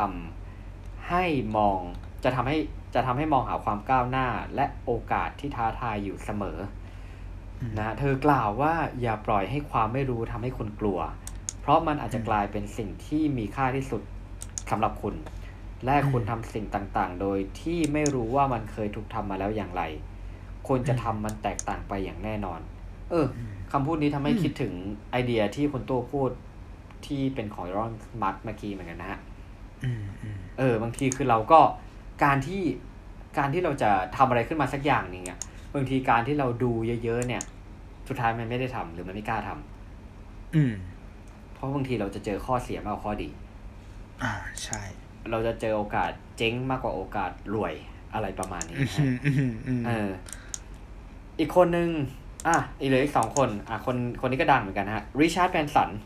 จะทำให้มองหาความก้าวหน้าและโอกาสที่ท้าทายอยู่เสมอนะเธอกล่าวว่าอย่าปล่อยให้ความไม่รู้ทำให้คุณกลัวเพราะมันอาจจะกลายเป็นสิ่งที่มีค่าที่สุดสำหรับคุณและคุณทำสิ่งต่างๆโดยที่ไม่รู้ว่ามันเคยถูกทำมาแล้วอย่างไรควรจะทำมันแตกต่างไปอย่างแน่นอนคำพูดนี้ทำให้คิดถึงไอเดียที่คุณตู้พูดที่เป็นของรอนมัสเมื่อกี้เหมือนกันนะฮะบางทีคือเราก็การที่เราจะทำอะไรขึ้นมาสักอย่างนึงอ่ะบางทีการที่เราดูเยอะๆเนี่ยสุดท้ายมันไม่ได้ทำหรือมันไม่กล้าทำเพราะบางทีเราจะเจอข้อเสียมากกว่าข้อดีใช่เราจะเจอโอกาสเจ๊งมากกว่าโอกาสรวยอะไรประมาณนี้อีกคนนึงอีกเหลืออีก2คนคนนี้ก็ดังเหมือนกันฮะริชาร์ดแบรนสัน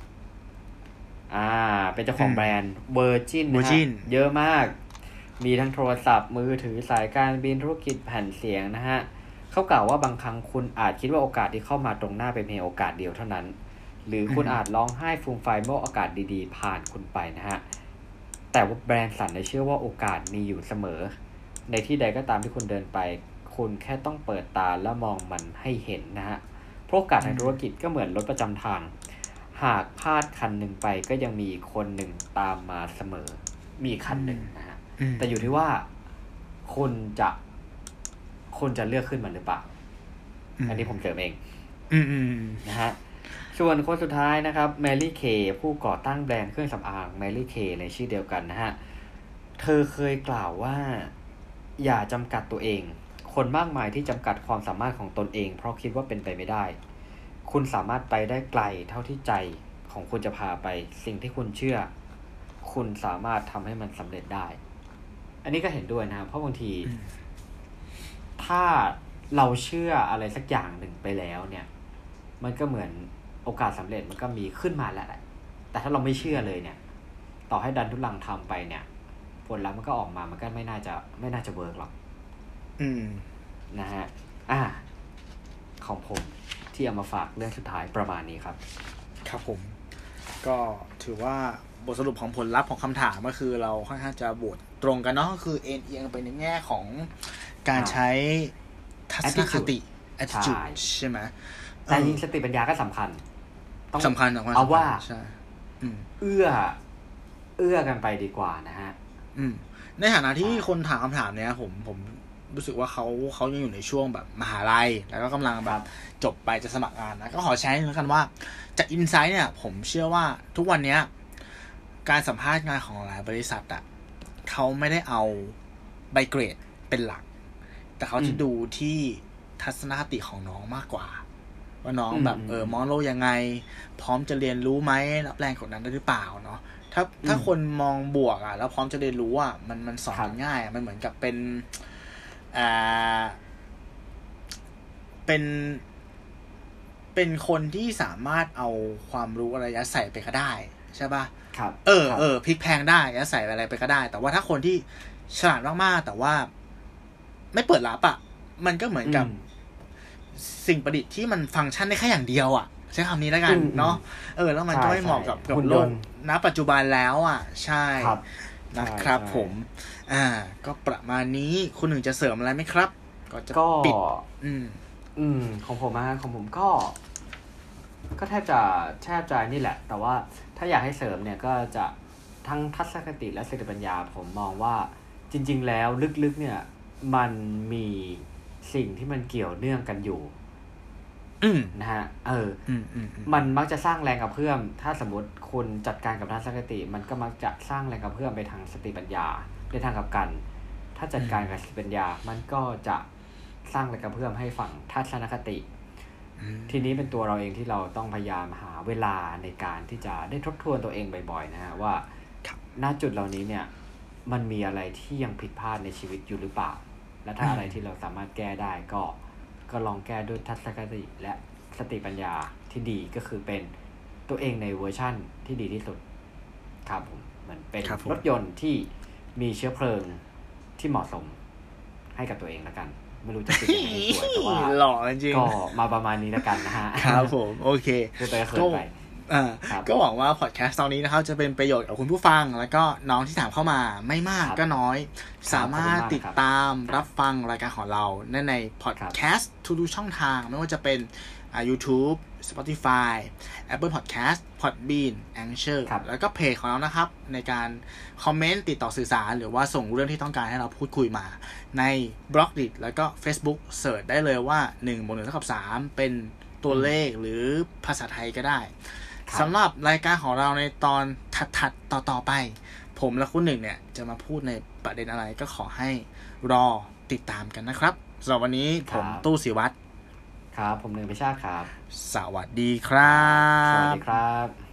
เป็นเจ้าของแบรนด์ Virgin นะฮะเยอะมากมีทั้งโทรศัพท์มือถือสายการบินธุรกิจแผ่นเสียงนะฮะเขากล่าวว่าบางครั้งคุณอาจคิดว่าโอกาสที่เข้ามาตรงหน้าเป็นเพียงโอกาสเดียวเท่านั้นหรือคุณอาจร้องไห้ฟูมไฟเมื่อโอกาสดีๆผ่านคุณไปนะฮะแต่ว่าแบรนด์สันเชื่อว่าโอกาสมีอยู่เสมอในที่ใดก็ตามที่คุณเดินไปคุณแค่ต้องเปิดตาและมองมันให้เห็นนะฮะเพราะโอกาสทางธุรกิจก็เหมือนรถประจำทางหากพลาดคันหนึ่งไปก็ยังมีคนหนึ่งตามมาเสมอมีคันหนึ่งนะฮะแต่อยู่ที่ว่าคุณจะเลือกขึ้นมันหรือเปล่าอันนี้ผมเสริมเองนะฮะส่วนคนสุดท้ายนะครับแมรี่เคผู้ก่อตั้งแบรนด์เครื่องสำอางแมรี่เคในชื่อเดียวกันนะฮะเธอเคยกล่าวว่าอย่าจำกัดตัวเองคนมากมายที่จำกัดความสามารถของตนเองเพราะคิดว่าเป็นไปไม่ได้คุณสามารถไปได้ไกลเท่าที่ใจของคุณจะพาไปสิ่งที่คุณเชื่อคุณสามารถทำให้มันสำเร็จได้อันนี้ก็เห็นด้วยนะครับเพราะบางทีถ้าเราเชื่ออะไรสักอย่างหนึ่งไปแล้วเนี่ยมันก็เหมือนโอกาสสำเร็จมันก็มีขึ้นมาแหละแต่ถ้าเราไม่เชื่อเลยเนี่ยต่อให้ดันทุลังทำไปเนี่ยผลลัพธ์มันก็ออกมามันก็ไม่น่าจะเวิร์กหรอกนะฮะของผมที่เอามาฝากเรื่องสุดท้ายประมาณนี้ครับครับผมก็ถือว่าบทสรุปของผลลัพธ์ของคำถามก็คือเราค่อนข้างจะบทตรงกันเนาะก็คือเอียงไปในแง่ของการใช้ทัศนคติ attitude ใช่ไหมแต่ยิ่งสติปัญญาก็สำคัญสำคัญเอาว่าใช่เอื้อกันไปดีกว่านะฮะในฐานะที่คนถามคำถามเนี้ยผมรู้สึกว่าเขายังอยู่ในช่วงแบบมหาลัยแล้วก็กำลังแบบจบไปจะสมัครงานนะก็ขอแชร์แล้วกันว่าจากอินไซต์เนี่ยผมเชื่อว่าทุกวันนี้การสัมภาษณ์งานของหลายบริษัทอ่ะเขาไม่ได้เอาใบเกรดเป็นหลักแต่เขาจะดูที่ทัศนคติของน้องมากกว่าว่าน้องแบบมองโลกยังไงพร้อมจะเรียนรู้ไหมรับแรงกดดันได้หรือเปล่าเนาะถ้าคนมองบวกอ่ะแล้วพร้อมจะเรียนรู้อ่ะมันสอนง่ายมันเหมือนกับเป็นคนที่สามารถเอาความรู้อะไรยัดใส่ไปก็ได้ใช่ป่ะครับพลิกแพงได้ยัดใส่อะไรไปก็ได้แต่ว่าถ้าคนที่ฉลาดมากๆแต่ว่าไม่เปิดรับอ่ะมันก็เหมือนกับสิ่งประดิษฐ์ที่มันฟังก์ชันได้แค่อย่างเดียวอ่ะใช้คำนี้แล้วกันเนาะแล้วมันก็ไม่เหมาะกับโลกณปัจจุบันแล้วอ่ะใช่นะครับผมก็ประมาณนี้คุณหนึ่งจะเสริมอะไรไหมครับก็จะปิดของผมของผมก็แทบจะนี่แหละแต่ว่าถ้าอยากให้เสริมเนี่ยก็จะทั้งทัศนคติและสติปัญญาผมมองว่าจริงๆแล้วลึกๆเนี่ยมันมีสิ่งที่มันเกี่ยวเนื่องกันอยู่นะฮะมันมักจะสร้างแรงกระเพื่อมถ้าสมมติคุณจัดการกับทัศนคติมันก็มักจะสร้างแรงกระเพื่อมไปทางสติปัญญาในทางกลับกันถ้าจัดการกับสติปัญญามันก็จะสร้างแรงกระเพื่อมให้ฝั่งทัศนคติทีนี้เป็นตัวเราเองที่เราต้องพยายามหาเวลาในการที่จะได้ทบทวนตัวเองบ่อยๆนะฮะว่าณจุดเหล่านี้เนี่ยมันมีอะไรที่ยังผิดพลาดในชีวิตอยู่หรือเปล่าและถ้าอะไรที่เราสามารถแก้ได้ก็ลองแก้ด้วยทัศนคติและสติปัญญาที่ดีก็คือเป็นตัวเองในเวอร์ชั่นที่ดีที่สุดครับผมมันเป็นรถยนต์ที่มีเชื้อเพลิงที่เหมาะสมให้กับตัวเองแล้วกันไม่รู้จะติดยังไงสวยแต่ว่าหล่อจริงก็มาประมาณนี้แล้วกันนะฮะครับผมโอเคก็หวังว่าพอดแคสต์ตอนนี้นะครับจะเป็นประโยชน์กับคุณผู้ฟังแล้วก็น้องที่ถามเข้ามาไม่มากก็น้อยสามารถติดตามรับฟังรายการของเราในพอดแคสต์ทุกช่องทางไม่ว่าจะเป็นYouTube Spotify Apple Podcast Podbean Anchor แล้วก็เพจของเรานะครับในการคอมเมนต์ติดต่อสื่อสารหรือว่าส่งเรื่องที่ต้องการให้เราพูดคุยมาใน Blogdit แล้วก็ Facebook เสิร์ชได้เลยว่า1+1=3เป็นตัวเลขหรือภาษาไทยก็ได้สำหรับรายการของเราในตอนถัดๆต่อไปผมและคุณหนึ่งเนี่ยจะมาพูดในประเด็นอะไรก็ขอให้รอติดตามกันนะครับสำหรับวันนี้ผมตู้ศิวัตรครับผมหนึ่งพิชาติครับสวัสดีครับสวัสดีครับ